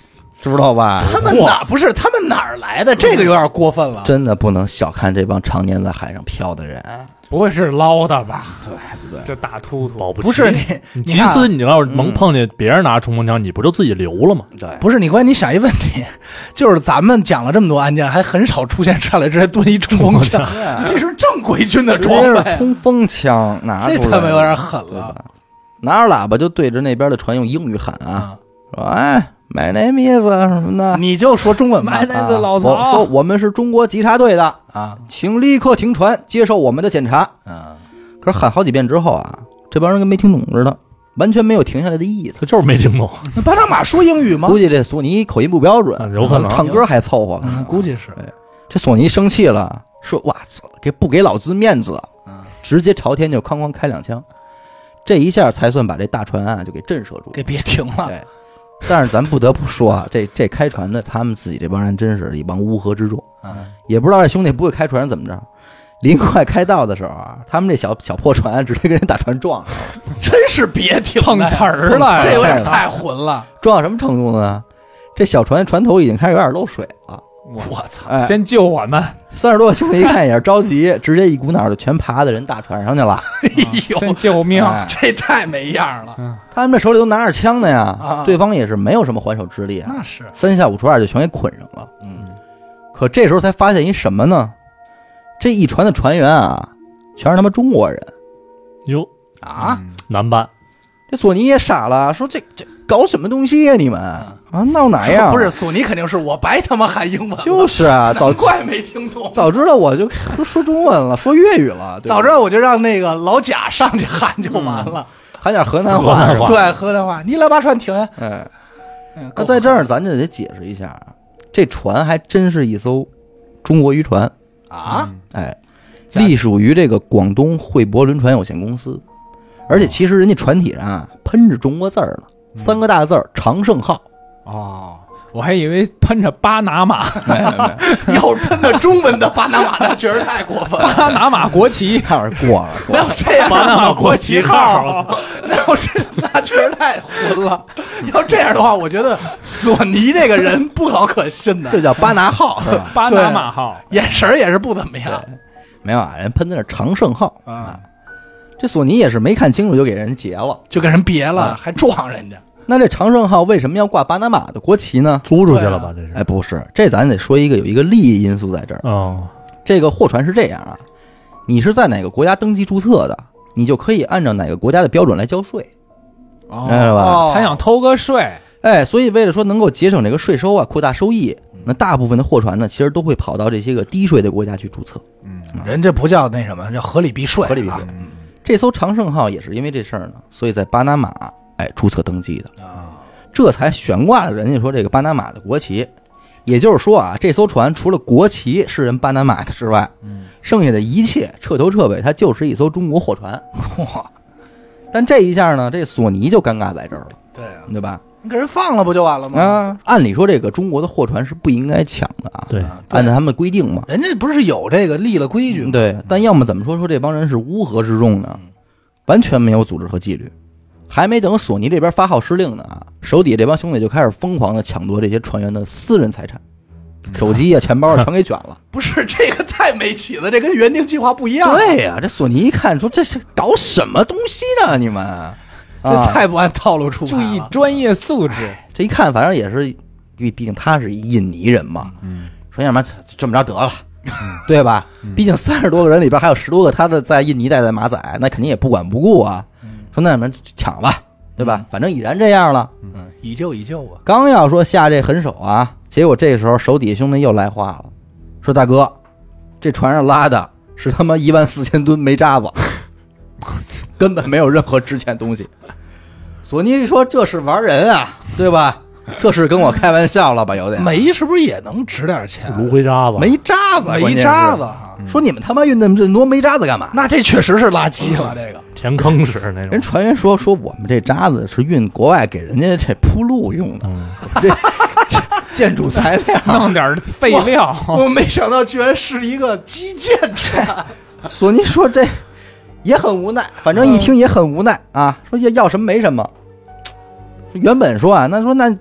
知道吧？ 他们哪不是他们哪儿来的？这个有点过分了。 真的不能小看这帮常年在海上漂的人。 不会是捞的吧？ 对对， 这大秃秃保不齐不是你， 你你看集思，你要是能碰见别人拿冲锋枪，你不就自己留了吗？ 对， 不是你关键你想一问题，就是咱们讲了这么多案件，还很少出现上来直接蹲一冲锋枪，这是正规军的直装备， 接是冲锋枪拿出来， 这他妈有点狠了。 拿着喇叭就对着那边的船用英语喊啊，说哎。买那米子什么的， 你就说中文吧。 买那个老曹、啊、说我们是中国稽查队的啊， 请立刻停船，接受我们的检查。 啊， 可是喊好几遍之后啊，这帮人跟没听懂似的，完全没有停下来的意思。 他就是没听懂。 那巴拿马说英语吗？ 估计这索尼口音不标准， 啊、有可能唱歌还凑合。 嗯，估计是。 这索尼生气了，说：“哇操，给不给老子面子？”直接朝天就哐哐开两枪，这一下才算把这大船啊就给震慑住， 给别停了。 对。但是咱不得不说啊，这这开船的他们自己这帮人真是一帮乌合之众， 嗯， 也不知道这兄弟不会开船怎么着。临快开到的时候啊，他们这小小破船直接跟人大船撞上了， 真是别停碰瓷儿了， 这有点太混了。 撞到什么程度呢？这小船船头已经开始有点漏水了。 我操！ 哎、 先救我们！ 三十多个兄弟一看也是着急，直接一股脑的全爬在人大船上去了。 哎呦， 先救命！ 哎、 这太没样了。 嗯、他们这手里都拿着枪的呀， 啊、 对方也是没有什么还手之力啊。 那是三下五除二就全给捆上了。嗯，可这时候才发现一什么呢？这一船的船员啊，全是他妈中国人。 哟啊， 难办。 这索尼也傻了，说这这搞什么东西呀、啊？你们啊，闹哪样？ 不是索尼肯定是我白他妈喊英文， 就是啊，早怪没听懂， 早知道我就都说中文了，说粤语了。 早知道我就让那个老贾上去喊就完了， 嗯、喊点河南话， 河南话对河南话，你来把船停下。 哎，那在这儿咱就得解释一下，这船还真是一艘中国渔船啊， 哎，隶属于这个广东汇博轮船有限公司。而且其实人家船体上啊喷着中国字儿呢，三个大字儿“长盛号”。 哦，我还以为喷着巴拿马。 没有没有， 要是喷的中文的巴拿马，那确实太过分了。 巴拿马国旗， 那是过了。 没有这样， 巴拿马国旗号， 那要这那确实太混了。要这样的话，我觉得索尼这个人不老可信的。 这叫巴拿号是吧？ 巴拿马号， 眼神也是不怎么样。 没有啊，人喷的是长盛号啊。 这索尼也是没看清楚就给人劫了， 就给人别了， 啊、 还撞人家。 那这长盛号为什么要挂巴拿马的国旗呢？ 租出去了吧？这是？ 哎，不是，这咱得说一个有一个利益因素在这儿。 哦， 这个货船是这样啊，你是在哪个国家登记注册的，你就可以按照哪个国家的标准来交税， 哦， 知道吧？ 他想偷个税， 哎，所以为了说能够节省这个税收啊，扩大收益，那大部分的货船呢，其实都会跑到这些个低税的国家去注册。 嗯，人这不叫那什么，叫合理避税。 合理避税。嗯、这艘长盛号也是因为这事儿呢，所以在巴拿马哎注册登记的啊，这才悬挂了人家说这个巴拿马的国旗。也就是说啊，这艘船除了国旗是人巴拿马的之外，嗯，剩下的一切彻头彻尾，它就是一艘中国货船。哇！但这一下呢，这索尼就尴尬在这儿了， 对啊， 对吧？ 你给人放了不就完了吗？ 啊，按理说这个中国的货船是不应该抢的啊， 对， 按照他们的规定嘛。 人家不是有这个立了规矩吗？ 对，但要么怎么说说这帮人是乌合之众呢？完全没有组织和纪律。还没等索尼这边发号施令呢啊，手底下这帮兄弟就开始疯狂的抢夺这些船员的私人财产，手机啊、钱包啊全给卷了。 不是这个太没起子，这跟原定计划不一样。 对呀、啊，这索尼一看说这是搞什么东西呢？你们。 这太不按套路出牌了。 注意专业素质。 这一看，反正也是，因为毕竟他是一印尼人嘛，嗯，说要不然这么着得了，对吧？毕竟三十多个人里边还有十多个他的在印尼带的马仔，那肯定也不管不顾啊。说那我们抢吧，对吧？反正已然这样了， 嗯，以旧以旧吧。 刚要说下这狠手啊，结果这时候手底下兄弟又来话了，说大哥，这船上拉的是他妈一万四千吨煤渣子。根本没有任何值钱东西。索尼说这是玩人啊，对吧？这是跟我开玩笑了吧？有点煤是不是也能值点钱？ 芦灰渣子， 煤渣子， 煤渣子。 说你们他妈运那么这挪煤渣子干嘛？ 那这确实是垃圾了，这个填坑使那种。 人船员说说我们这渣子是运国外给人家这铺路用的，嗯、这建筑材料， 弄点废料。 我, 我没想到居然是一个基建船。 索尼说这。也很无奈，反正一听也很无奈啊！说要要什么没什么。原本说啊，那说那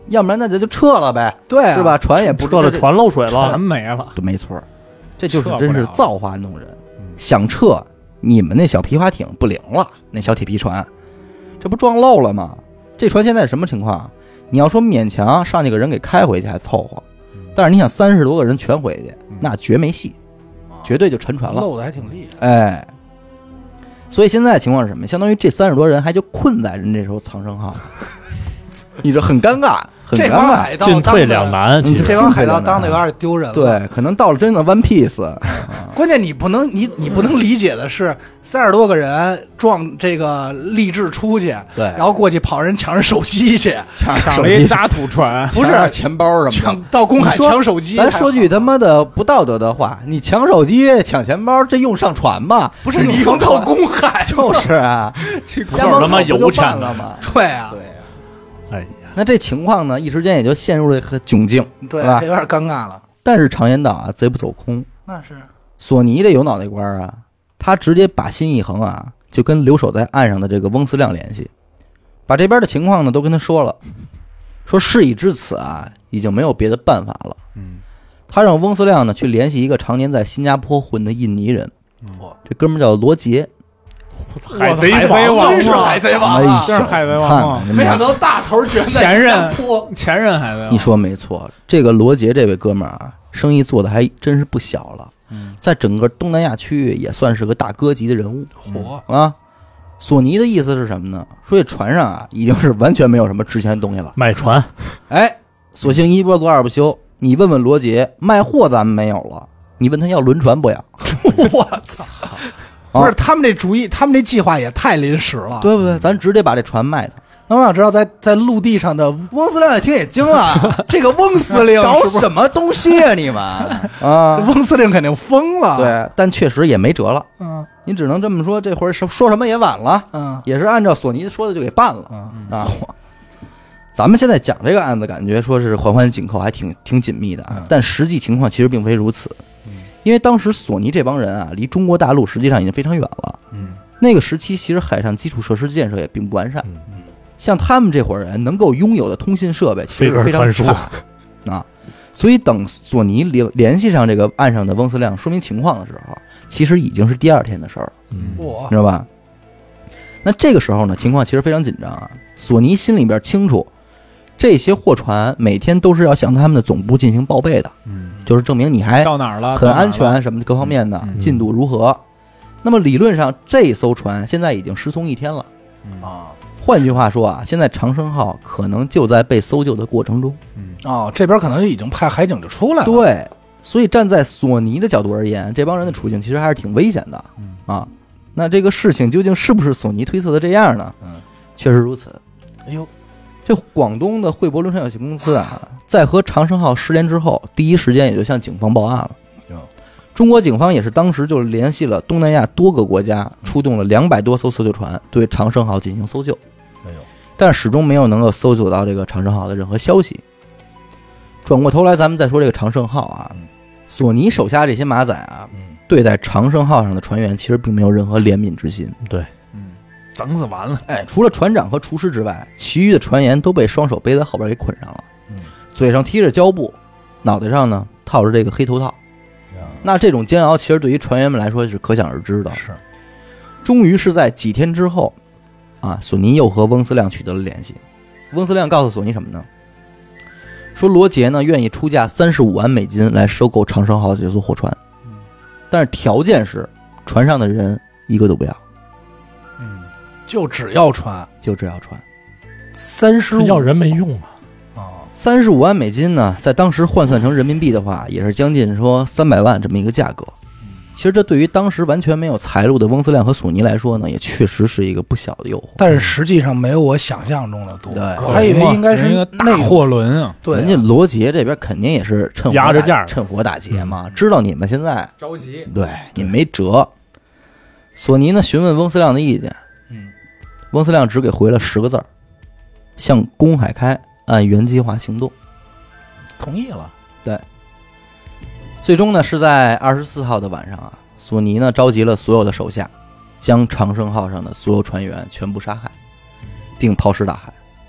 要不然那咱就撤了呗， 对啊， 是吧？船也不撤了，船漏水了船，没了， 对，没错，这就是撤不了真是造化弄人。想撤，你们那小皮划艇不灵了，那小铁皮船，这不撞漏了吗？这船现在什么情况？你要说勉强上去个人给开回去还凑合，但是你想三十多个人全回去，那绝没戏，绝对就沉船了， 漏的还挺厉害。 哎。所以现在情况是什么？相当于这三十多人还就困在人这艘长生号，你这很尴尬，很这尴尬。 帮海盗进退两难。其实这帮海盗当的有点丢人了。 对，可能到了真的 One Piece， 关键你不能，你你不能理解的是，三十多个人撞这个励志出去， 对， 然后过去跑人抢人手机去， 抢了一渣土船， 不是钱包什么抢到公海抢手机。 咱说句他妈的不道德的话，你抢手机、抢钱包，这用上船吗？ 不是你用到公海， 就是啊， 家门口不就办了吗？ 对啊， 对。 哎呀， 那这情况呢，一时间也就陷入了个窘境， 对吧？ 有点尴尬了。 但是常言道啊，贼不走空。 那是索尼这有脑袋瓜啊，他直接把心一横啊，就跟留守在岸上的这个翁思亮联系，把这边的情况呢都跟他说了，说事已至此啊，已经没有别的办法了。 嗯， 他让翁思亮呢去联系一个常年在新加坡混的印尼人，这哥们叫罗杰。 海贼王， 真是海贼王啊！ 真是海贼王啊！ 没想到大头居然在新加坡， 前任海贼王。 你说没错，这个罗杰这位哥们儿啊，生意做的还真是不小了，在整个东南亚区域也算是个大哥级的人物。 火啊！索尼的意思是什么呢？说这船上啊，已经是完全没有什么值钱的东西了， 买船。 哎，索性一不做二不休，你问问罗杰，卖货咱们没有了，你问他要轮船不要？ 我操！不是他们这主意，他们这计划也太临时了， 对不对？咱直接把这船卖他。 那我想知道在，在在陆地上的翁司令也听也惊了， 这个翁司令搞什么东西啊你们啊？ 翁司令肯定疯了。 对，但确实也没辙了。 嗯， 你只能这么说，这会儿说什么也晚了。 嗯， 也是按照索尼说的就给办了。 嗯啊，咱们现在讲这个案子，感觉说是环环紧扣，还挺挺紧密的啊。但实际情况其实并非如此。因为当时索尼这帮人啊，离中国大陆实际上已经非常远了。 嗯， 那个时期其实海上基础设施建设也并不完善。 嗯， 像他们这伙人能够拥有的通信设备其实是非常差啊。所以等索尼联联系上这个岸上的翁思亮说明情况的时候，其实已经是第二天的事儿了。 嗯， 我知道吧？那这个时候呢，情况其实非常紧张啊。索尼心里边清楚，这些货船每天都是要向他们的总部进行报备的。 嗯， 就是证明你还到哪儿了， 很安全什么的各方面的进度如何。那么理论上这艘船现在已经失踪一天了啊。 换句话说啊，现在长生号可能就在被搜救的过程中。 嗯，哦，这边可能就已经派海警就出来了。 对，所以站在索尼的角度而言，这帮人的处境其实还是挺危险的啊。那这个事情究竟是不是索尼推测的这样呢？ 嗯， 确实如此。 哎呦， 这广东的汇博轮船有限公司啊，在和长生号失联之后，第一时间也就向警方报案了。中国警方也是当时就联系了东南亚多个国家，出动了两百多艘搜救船对长生号进行搜救。 哎呦， 但始终没有能够搜救到这个长生号的任何消息。转过头来，咱们再说这个长生号啊，索尼手下这些马仔啊，对待长生号上的船员其实并没有任何怜悯之心。 对， 嗯，整死完了。 哎，除了船长和厨师之外，其余的船员都被双手背在后边给捆上了， 嗯， 嘴上贴着胶布，脑袋上呢套着这个黑头套。那这种煎熬其实对于船员们来说是可想而知的。 是， 终于是在几天之后，啊，索尼又和翁思亮取得了联系。翁思亮告诉索尼什么呢？说罗杰呢愿意出价三十五万美金来收购长生号的这艘货船，但是条件是船上的人一个都不要， 嗯，就只要船， 就只要船。 三十五要人没用啊。 三十五万美金呢，在当时换算成人民币的话，也是将近说三百万这么一个价格。其实这对于当时完全没有财路的翁思亮和索尼来说呢，也确实是一个不小的诱惑。 但是实际上没有我想象中的多， 对， 我还以为应该是一个大货轮啊。 对， 人家罗杰这边肯定也是趁压着价， 趁火打劫嘛，知道你们现在着急， 对你没辙。索尼呢询问翁思亮的意见， 嗯， 翁思亮只给回了十个字儿：向公海开，按原计划行动。 同意了。 对。最终呢，是在二十四号的晚上啊，索尼呢召集了所有的手下，将长生号上的所有船员全部杀害，并抛尸大海。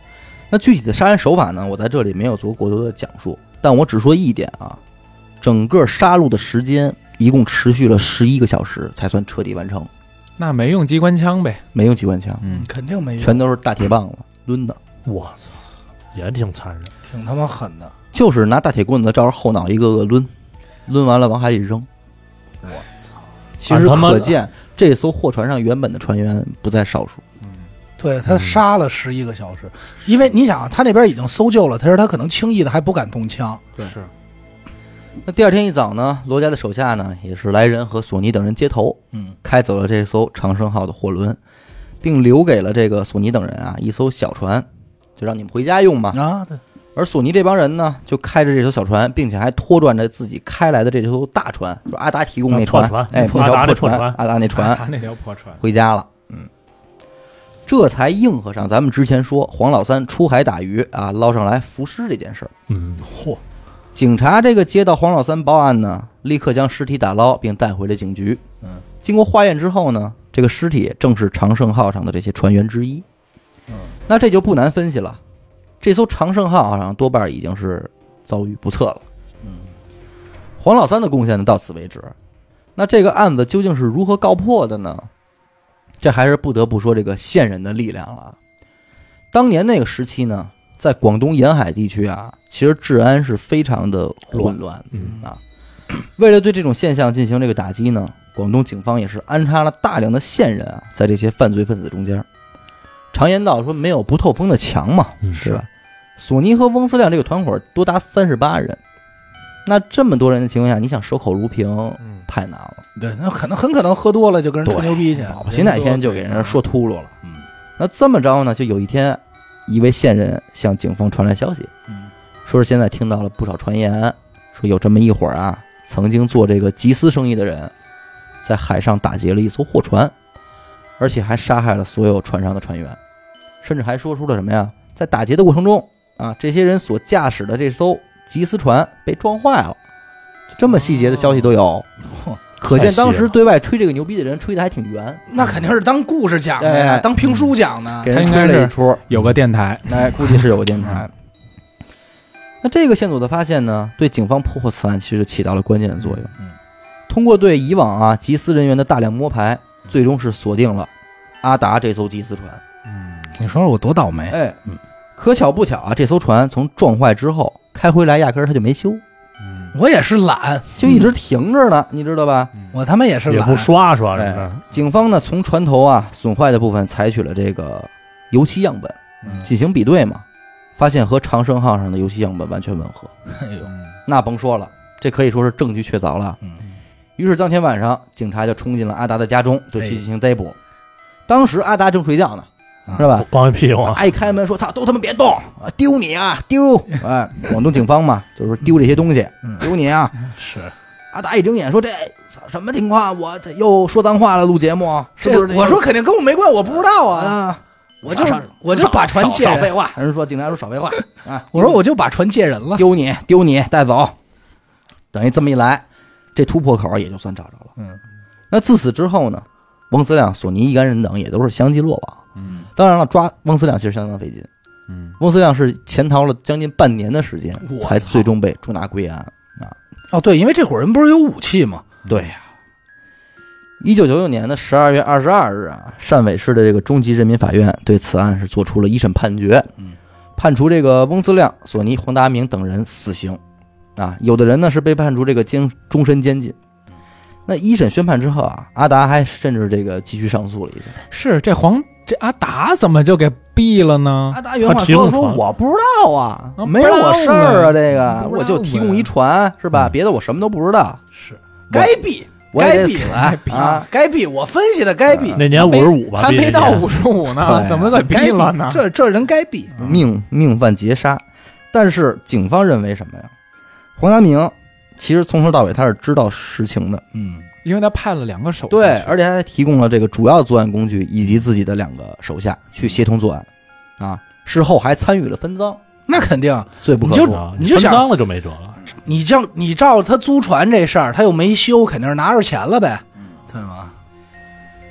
那具体的杀人手法呢，我在这里没有做过多的讲述，但我只说一点啊，整个杀戮的时间一共持续了十一个小时才算彻底完成。 那没用机关枪呗？ 没用机关枪， 嗯， 肯定没用， 全都是大铁棒子抡的。 我操，也挺残忍， 挺他妈狠的。 就是拿大铁棍子照着后脑一个个抡，抡完了往海里扔。我操！其实可见这艘货船上原本的船员不在少数。 对，他杀了十一个小时，因为你想，他那边已经搜救了，他说他可能轻易的还不敢动枪。 对，是。那第二天一早呢，罗家的手下呢也是来人和索尼等人接头，嗯，开走了这艘长生号的货轮，并留给了这个索尼等人啊一艘小船，就让你们回家用嘛。 啊，对。 而索尼这帮人呢，就开着这艘小船，并且还拖转着自己开来的这艘大船，就阿达提供那船， 船哎，那条破船，阿达那船， 那条破船回家了。嗯，这才应和上咱们之前说黄老三出海打鱼啊，捞上来浮尸这件事儿。 嗯， 嚯！ 警察这个接到黄老三报案呢，立刻将尸体打捞并带回了警局。嗯，经过化验之后呢，这个尸体正是长胜号上的这些船员之一。嗯，那这就不难分析了，这艘长胜号上多半已经是遭遇不测了。嗯，黄老三的贡献呢到此为止。那这个案子究竟是如何告破的呢？这还是不得不说这个线人的力量了。当年那个时期呢，在广东沿海地区啊，其实治安是非常的混乱，嗯啊，为了对这种现象进行这个打击呢，广东警方也是安插了大量的线人啊，在这些犯罪分子中间。常言道说没有不透风的墙嘛，是吧？索尼和翁思亮这个团伙多达三十八人，那这么多人的情况下，你想守口如瓶，嗯，太难了。 对，那可能很可能喝多了就跟人吹牛逼去， 保不齐哪天就给人说秃噜了。嗯，那这么着呢，就有一天，一位线人向警方传来消息，嗯，说是现在听到了不少传言，说有这么一伙啊，曾经做这个缉私生意的人，在海上打劫了一艘货船，而且还杀害了所有船上的船员，甚至还说出了什么呀？在打劫的过程中啊，这些人所驾驶的这艘缉私船被撞坏了，这么细节的消息都有。可见当时对外吹这个牛逼的人吹的还挺圆， 那肯定是当故事讲的呀， 哎、 当评书讲的， 给人吹了一出， 有个电台， 哎，估计是有个电台。那这个线索的发现呢，对警方破获此案其实起到了关键的作用。嗯，通过对以往啊缉私人员的大量摸排，最终是锁定了阿达这艘缉私船。 嗯，你说说我多倒霉？ 哎，嗯，可巧不巧啊，这艘船从撞坏之后开回来，压根儿它就没修。 我也是懒， 就一直停着呢，嗯、你知道吧？ 我他妈也是懒， 也不刷刷什么的。警方呢，从船头啊损坏的部分采取了这个油漆样本，嗯、进行比对嘛，发现和长生号上的油漆样本完全吻合。哎呦，那甭说了，这可以说是证据确凿了。嗯，于是当天晚上，警察就冲进了阿达的家中，对其进行逮捕。哎、当时阿达正睡觉呢。是吧？ 光一屁股， 一开门说：“操，都他妈别动，丢你啊，丢！”哎，广东警方嘛，就是丢这些东西，丢你啊！ 是。 阿达一睁眼说：“这什么情况？我这又说脏话了，录节目是不是？” 我说：“肯定跟我没关，我不知道啊！啊我就我就把船借人。” 少废话，人说警察说少废话啊！ 我说我就把船借人了， 丢你，丢你，带走。等于这么一来，这突破口也就算找着了。嗯。那自此之后呢，翁思亮、索尼一干人等也都是相继落网。嗯，当然了，抓翁思亮其实相当费劲。嗯，翁思亮是潜逃了将近半年的时间，才最终被捉拿归案啊。 哦，对，因为这伙人不是有武器吗？ 对呀、啊。一九九九年的十二月二十二日啊，汕尾市的这个中级人民法院对此案是做出了一审判决，嗯，判处这个翁思亮、索尼、黄达明等人死刑，啊，有的人呢是被判处这个监终身监禁。那一审宣判之后啊，阿达还甚至这个继续上诉了一下。 是这黄。这阿达怎么就给毙了呢？ 阿达原话说说我不知道啊，没有我事儿啊，这个我就提供一船是吧？别的我什么都不知道。 是该毙，该毙啊，该毙！我分析的该毙。 那年五十五吧， 还没到五十五呢，怎么给毙了呢？ 这这人该毙， 命命犯劫杀。但是警方认为什么呀？黄达明其实从头到尾他是知道实情的， 嗯。因为他派了两个手下， 对，而且他还提供了这个主要作案工具以及自己的两个手下去协同作案，啊，事后还参与了分赃， 那肯定罪不可恕。你就分赃了就没辙了。 你这你照他租船这事儿，他又没修，肯定是拿着钱了呗，对吗？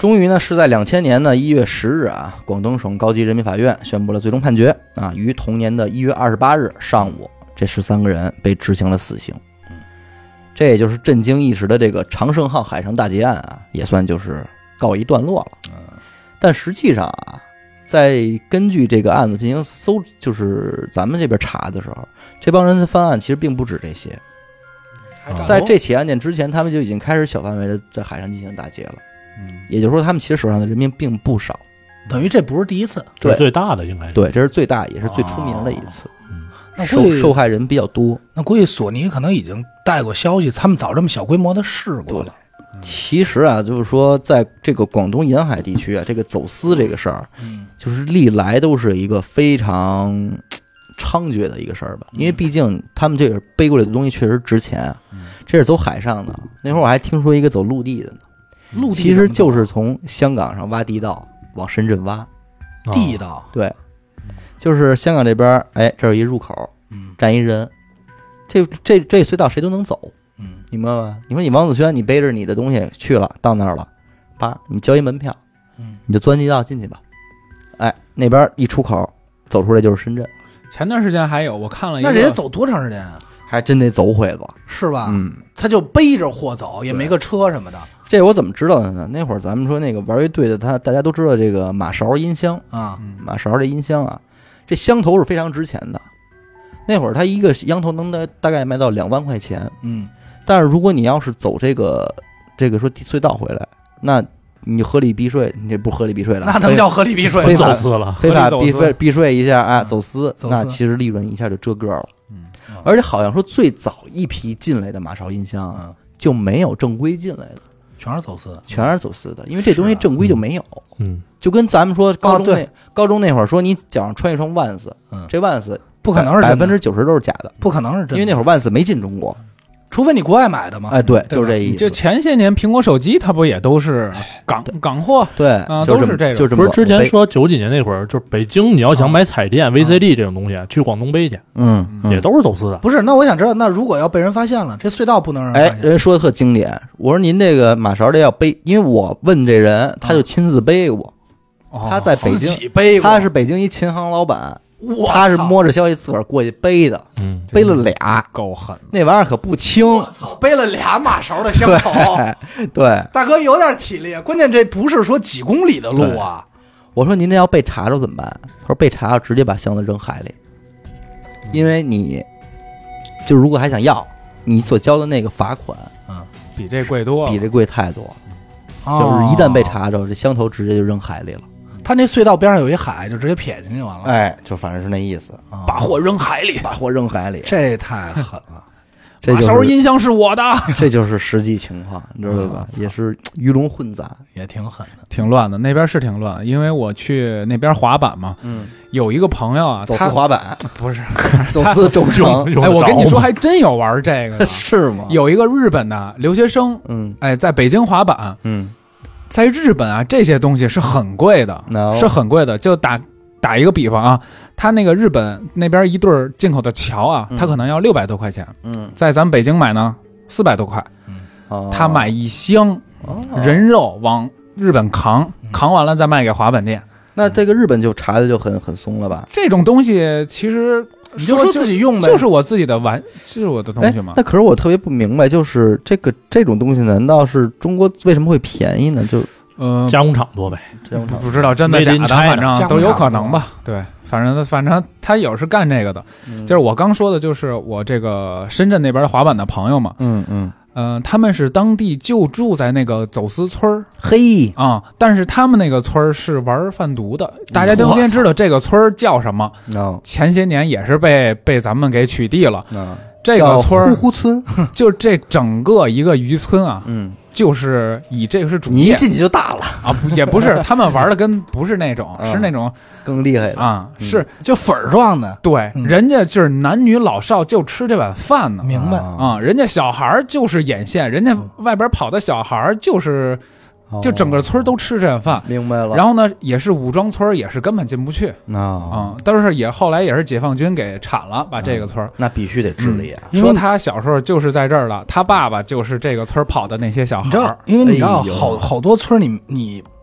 终于呢是在两千年的一月十日啊，广东省高级人民法院宣布了最终判决啊，于同年的一月二十八日上午，这十三个人被执行了死刑。这也就是震惊一时的这个长胜号海上大劫案啊，也算就是告一段落了。但实际上啊，在根据这个案子进行搜，就是咱们这边查的时候，这帮人的犯案其实并不止这些。在这起案件之前，他们就已经开始小范围的在海上进行打劫了。嗯，也就是说，他们其实手上的人命并不少， 等于这不是第一次， 对，最大的应该是对，这是最大也是最出名的一次。 嗯，那受受害人比较多。 那估计索尼可能已经带过消息，他们早这么小规模的试过了。 其实啊，就是说，在这个广东沿海地区啊，这个走私这个事儿， 嗯， 就是历来都是一个非常猖獗的一个事儿吧。因为毕竟他们这个背过来的东西确实值钱，这是走海上的。那会儿我还听说一个走陆地的呢， 陆地其实就是从香港上挖地道往深圳挖地道， 对，就是香港这边，哎，这有一入口， 嗯， 站一人，这这这隧道谁都能走。 嗯， 你明白吧？你说你王子轩，你背着你的东西去了，到那儿了，叭，你交一门票， 嗯， 你就钻地道进去吧。哎，那边一出口走出来就是深圳。 前段时间还有我看了一个， 那人家走多长时间啊？ 还真得走会子， 是吧？ 嗯， 他就背着货走，也没个车什么的。 这我怎么知道的呢？那会儿咱们说那个玩乐队的，他大家都知道这个马勺音箱啊， 马勺这音箱啊，这箱头是非常值钱的。那会儿他一个羊头能大大概卖到两万块钱， 嗯。 但是如果你要是走这个这个说隧道回来，那你合理避税，你这不合理避税了， 那能叫合理避税吗？ 非法走私了， 非法避税避税一下啊，走私， 走私那其实利润一下就遮个了。 嗯， 而且好像说最早一批进来的马勺音箱啊，就没有正规进来的， 全是走私的， 全是走私的，因为这东西正规就没有。 嗯， 就跟咱们说高中那、 啊、 高中那会儿说你脚上穿一双万斯， 嗯， 这万斯不可能是百分之九十都是假的， 不可能是真的， 因为那会儿万斯没进中国。 除非你国外买的嘛， 哎，对，就是这意思。 就前些年苹果手机，它不也都是港港货？ 对啊， 都是这种。 不是之前说九几年那会儿，就是北京你要想买彩电、V C D 这种东西，去广东背去， 嗯， 也都是走私的。 不是，那我想知道，那如果要被人发现了，这隧道不能让人发现。 哎，人说的特经典。我说您这个马勺这要背，因为我问这人，他就亲自背过，他在北京背过， 他是北京一琴行老板。他是摸着消息自个儿过去背的， 嗯， 背了俩， 够狠， 那玩意儿可不轻， 背了俩马勺的箱口， 对， 大哥有点体力，关键这不是说几公里的路啊。 我说您这要被查着怎么办？他说被查着直接把箱子扔海里，因为你就如果还想要，你所交的那个罚款， 嗯，比这贵多了， 比这贵太多， 哦、 就是一旦被查着，这箱头直接就扔海里了。 他那隧道边上有一海，就直接撇进去完了。 哎，就反正是那意思， 哦、 把货扔海里， 把货扔海里， 这太狠了。 这就是马勺音箱是我的， 这就是实际情况，你知道吧？也是鱼龙混杂， 也挺狠的， 挺乱的。那边是挺乱，因为我去那边滑板嘛， 嗯， 有一个朋友啊， 走私滑板不是走私周成。 哎，我跟你说，还真有玩这个的， 是吗？ 有一个日本的留学生， 嗯， 哎，在北京滑板， 嗯。 在日本啊，这些东西是很贵的， no. 是很贵的。就打打一个比方啊，他那个日本那边一对进口的桥啊，他、嗯、可能要六百多块钱， 嗯， 在咱们北京买呢四百多块， 嗯，哦、 他买一箱、 哦、 人肉往日本扛，扛完了再卖给滑板店。 那这个日本就查的就很很松了吧？ 这种东西其实你就说自己用呗， 就是我自己的玩，就是我的东西嘛。 那可是我特别不明白，就是这个这种东西，难道是中国为什么会便宜呢？就呃， 加工厂多呗， 加工厂不知道真的假的，反正都有可能吧。对，反正反正他有是干这个的， 嗯、 就是我刚说的，就是我这个深圳那边滑板的朋友嘛， 嗯嗯。 嗯、呃，他们是当地就住在那个走私村儿， 嘿啊、嗯，但是他们那个村儿是玩贩毒的，大家都应该知道这个村儿叫什么。 No. 前些年也是被被咱们给取缔了。 No. 这个村儿呼呼村， 就这整个一个渔村啊， 嗯， 就是以这个是主业， 你一进去就大了啊，不也不是，他们玩的跟不是那种， 嗯、 是那种更厉害的啊， 嗯、 是就粉儿状的， 对， 嗯、 人家就是男女老少就吃这碗饭呢， 明白啊？人家小孩就是眼线，人家外边跑的小孩就是。就整个村都吃这碗饭， 明白了。 然后呢，也是武装村，也是根本进不去啊、 哦嗯。但是也后来也是解放军给铲了，把这个村、嗯、 那必须得治理啊、 嗯。说他小时候就是在这儿了，他爸爸就是这个村跑的那些小孩。 你知道，因为你知道，好好多村你你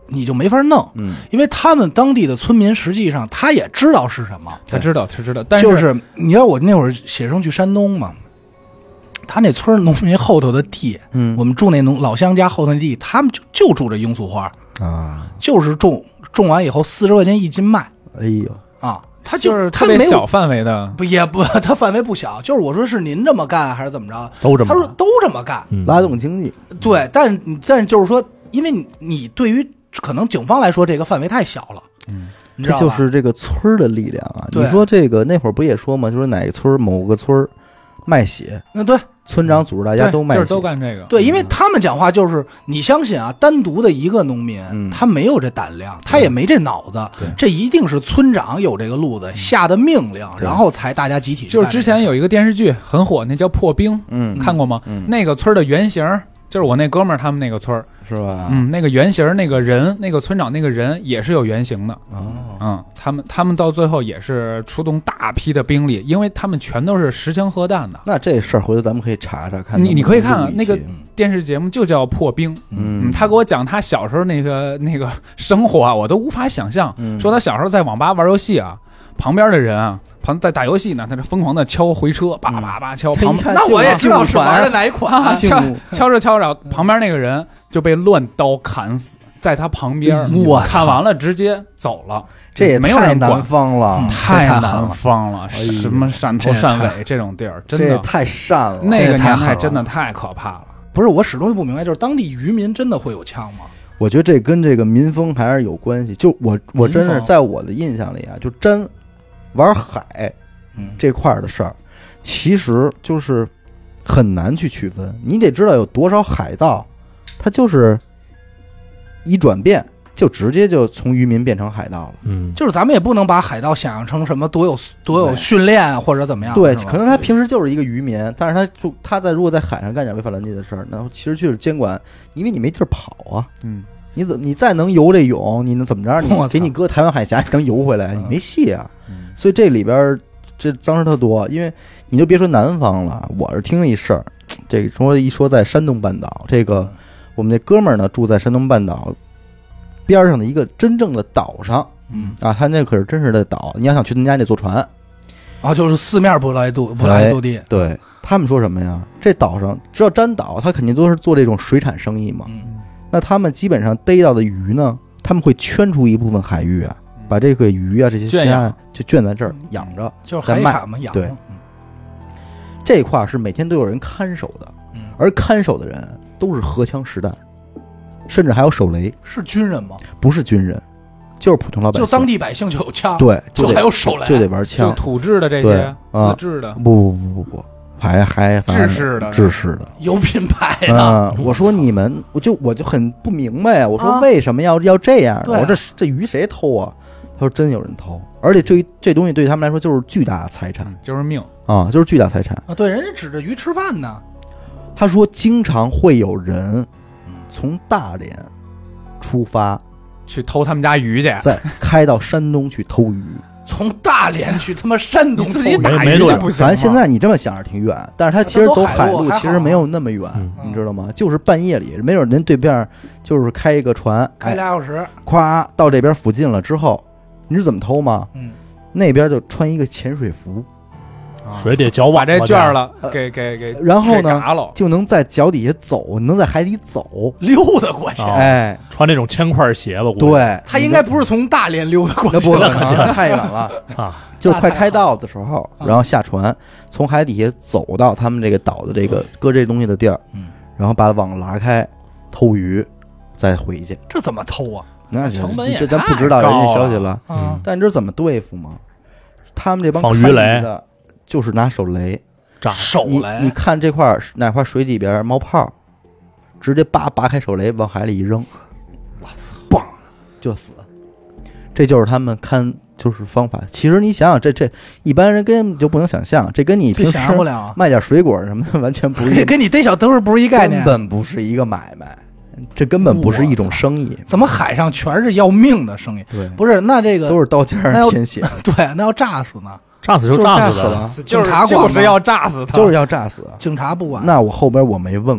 你就没法弄， 嗯， 因为他们当地的村民实际上他也知道是什么， 他知道他知道，但是就是你知道我那会儿写生去山东嘛，他那村农民后头的地， 嗯， 我们住那农老乡家后头的地，他们就就住这罂粟花啊， 就是种种完以后四十块钱一斤卖， 哎呦啊，他就是他没有特别小范围的， 不也不，他范围不小，就是我说是您这么干还是怎么着？ 都这么干， 他说都这么干， 嗯拉动经济， 对，但但就是说，因为你你对于可能警方来说，这个范围太小了， 嗯， 你知道吧？ 这就是这个村儿的力量啊！ 对你说这个那会儿不也说吗？就是哪个村儿某个村儿卖血， 嗯，对村长组织大家对都卖血， 就是都干这个， 对，因为他们讲话就是你相信啊，单独的一个农民， 嗯他没有这胆量，他也没这脑子，这一定是村长有这个路子下的命令，然后才大家集体去就是干这个。 之前有一个电视剧很火，那叫《破冰》， 嗯， 看过吗？ 嗯那个村的原型就是我那哥们儿他们那个村儿， 是吧？ 嗯，那个原型那个人，那个村长那个人也是有原型的， 哦， 嗯，他们他们到最后也是出动大批的兵力，因为他们全都是实枪核弹的。 那这事儿回头咱们可以查查看。 你你可以看看看那个电视节目就叫《破冰》， 嗯， 他给我讲他小时候那个那个生活啊，我都无法想象。 嗯说他小时候在网吧玩游戏啊，旁边的人啊，旁在打游戏呢，他就疯狂的敲回车，叭叭叭敲。旁他一看那我也进知道是入玩的哪一款， 啊，敲进入敲着敲着，旁边那个人就被乱刀砍死在他旁边。 我操看完了直接走了， 这也没有太南人管。 方了嗯， 太这太狠南了方了， 哎呦什么汕头、 这也太汕尾这种地儿，真的这也太善了。 那个年代这也太狠了真的太可怕了。 不是我始终就不明白，就是当地渔民真的会有枪吗？ 我觉得这跟这个民风还是有关系。就我我真是民风在我的印象里啊，就真玩海嗯， 这块儿的事儿，其实就是很难去区分。你得知道有多少海盗，他就是一转变就直接就从渔民变成海盗了。 嗯， 就是咱们也不能把海盗想象成什么多有多有对训练啊或者怎么样， 对， 是吧可能他平时就是一个渔民，但是他就他在如果在海上干点违法乱纪的事儿，然后其实就是监管，因为你没地儿跑啊。 嗯， 你怎你再能游这泳，你能怎么着？你我操给你搁台湾海峡，你能游回来？ 嗯你没戏啊！ 嗯所以这里边儿这脏事特多，因为你就别说南方了，我是听了一事儿，这个说一说在山东半岛，这个我们那哥们儿呢住在山东半岛边上的一个真正的岛上嗯， 啊，他那可是真实的岛，你要想去他家得坐船。 啊，就是四面不来渡不来渡地， 对他们说什么呀？这岛上只要沾岛，他肯定都是做这种水产生意嘛。 嗯， 那他们基本上逮到的鱼呢，他们会圈出一部分海域啊，把这个鱼啊这些圈养虾就圈在这儿养着。 就是海产嘛，养对嘛， 这块儿是每天都有人看守的， 嗯， 而看守的人都是荷枪实弹，甚至还有手雷， 是军人吗？ 不是军人，就是普通老百姓。 就当地百姓就有枪， 对， 就得还有手雷， 就得玩就枪。 土制的这对些啊自制的， 不不不不不，还还反正制式的制式的。 有品牌的， 啊！我说你们，我就我就很不明白啊！我说啊为什么要要这样呢？ 对啊我说这这鱼谁偷啊？他说真有人偷，而且这这东西对他们来说就是巨大的财产嗯就是命。 啊，就是巨大财产。 啊，对，人家指着鱼吃饭呢， 他说经常会有人从大连出发， 去偷他们家鱼去， 再开到山东去偷鱼。 从大连去他妈山东自己偷鱼打鱼没路去不行吗。 咱现在你这么想着挺远，但是他其实走海路其实没有那么远， 嗯你知道吗？就是半夜里，没准人对面就是开一个船， 开俩小时， 咵到这边附近了之后，你知道怎么偷吗？ 嗯， 那边就穿一个潜水服， 水底搅网把这吧卷儿了，给给给， 然后呢给嘎了， 就能在脚底下走，能在海底走。 溜达过去。 啊哎， 穿那种铅块鞋吧？估计， 对， 他应该不是从大连溜达过那去的， 不可能，太远了。 操， 就是快开到的时候， 啊然后下船，从海底下走到他们这个岛的这个搁这东西的地儿， 嗯， 然后把网拉开，偷鱼，再回去。 这怎么偷啊？ 那这成本也这咱不太知道人家高消息了， 啊， 但你知道怎么对付吗？他们这帮看放鱼雷的，就是拿手雷。 炸你手雷， 你看这块儿哪块水里边冒泡，直接叭拔开手雷往海里一扔， 我操， 嘣就死。这就是他们看就是方法。其实你想想，这这一般人根本就不能想象，这跟你这平时想象不了啊， 卖点水果什么的完全不是一， 跟你逮小灯不是一概念根。本不是一个买卖，这根本不是一种生意。 怎么海上全是要命的生意？ 对， 不是，那这个都是刀尖那要上舔血， 对，那要炸死呢？ 炸死就就是炸死的， 炸死了， 警察管吗就是要炸死他， 就是要炸死。 警察不管。 那我后边我没问过，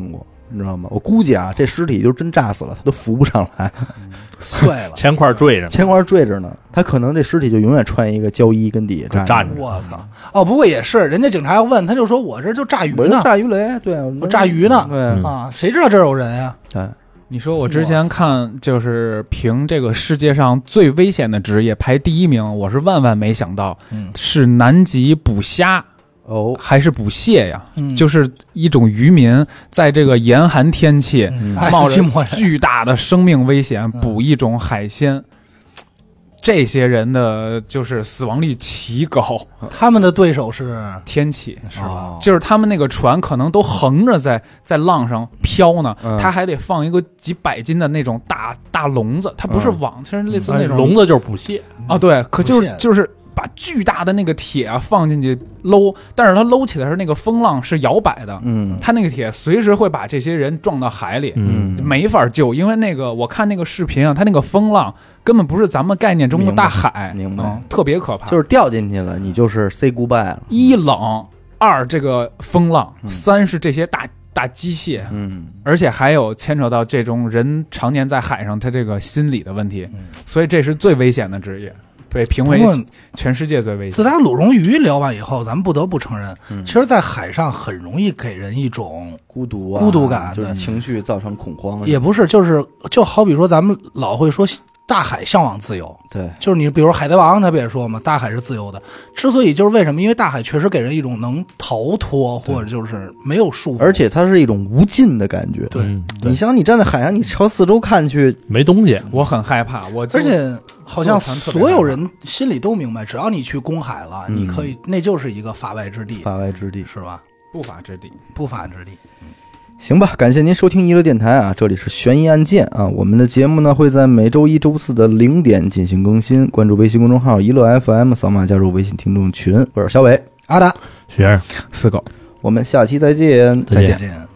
你知道吗？我估计啊，这尸体就真炸死了，他都扶不上来， 碎了， 铅块坠着， 铅块坠着呢，他可能这尸体就永远穿一个胶衣跟底下站着。 我操！哦，不过也是，人家警察要问，他就说我这就炸鱼我呢， 炸鱼雷，对啊， 我炸鱼呢， 对啊，谁知道这儿有人呀？ 哎， 你说我之前看就是评这个世界上最危险的职业排第一名，我是万万没想到是南极捕虾哦， 还是捕蟹呀？ 嗯就是一种渔民在这个严寒天气嗯冒着爱斯基摩人巨大的生命危险捕一种海鲜。这些人的就是死亡率奇高， 他们的对手是天气是吧？ 就是他们那个船可能都横着在在浪上飘呢， 嗯他还得放一个几百斤的那种大大笼子，它不是网，它是类似那种哎笼子就是捕蟹， 啊，对，可就捕蟹是就是把巨大的那个铁啊放进去搂，但是它搂起来是那个风浪是摇摆的， 嗯它那个铁随时会把这些人撞到海里， 嗯， 没法救，因为那个我看那个视频啊，它那个风浪根本不是咱们概念中的大海， 明白明白嗯，特别可怕， 就是掉进去了，你就是 say goodbye 了， 一冷，二这个风浪， 嗯三是这些大大机械， 嗯， 而且还有牵扯到这种人常年在海上他这个心理的问题，所以这是最危险的职业，被评为不过全世界最危险自。打鲁荣鱼聊完以后，咱们不得不承认， 嗯其实，在海上很容易给人一种， 孤独啊， 孤独感就是对情绪造成恐慌， 也不是，就是就好比说，咱们老会说大海向往自由， 对， 就是你比如《海贼王》，他不也说嘛，大海是自由的。之所以就是为什么，因为大海确实给人一种能逃脱，或者就是没有束缚， 而且它是一种无尽的感觉。 对嗯对你想，你站在海上，你朝四周看去， 没东西， 我很害怕，我就而且好像坐船特别所有人心里都明白，只要你去公海了， 嗯你可以，那就是一个法外之地， 法外之地。 是吧？ 不法之地。 不法之地。 行吧，感谢您收听娱乐电台啊，这里是悬疑案件啊。我们的节目呢会在每周一、周四的零点进行更新，关注微信公众号娱乐 F M， 扫码加入微信听众群。我是小伟， 阿达， 学生。 四狗。 我们下期再见， 再见再见。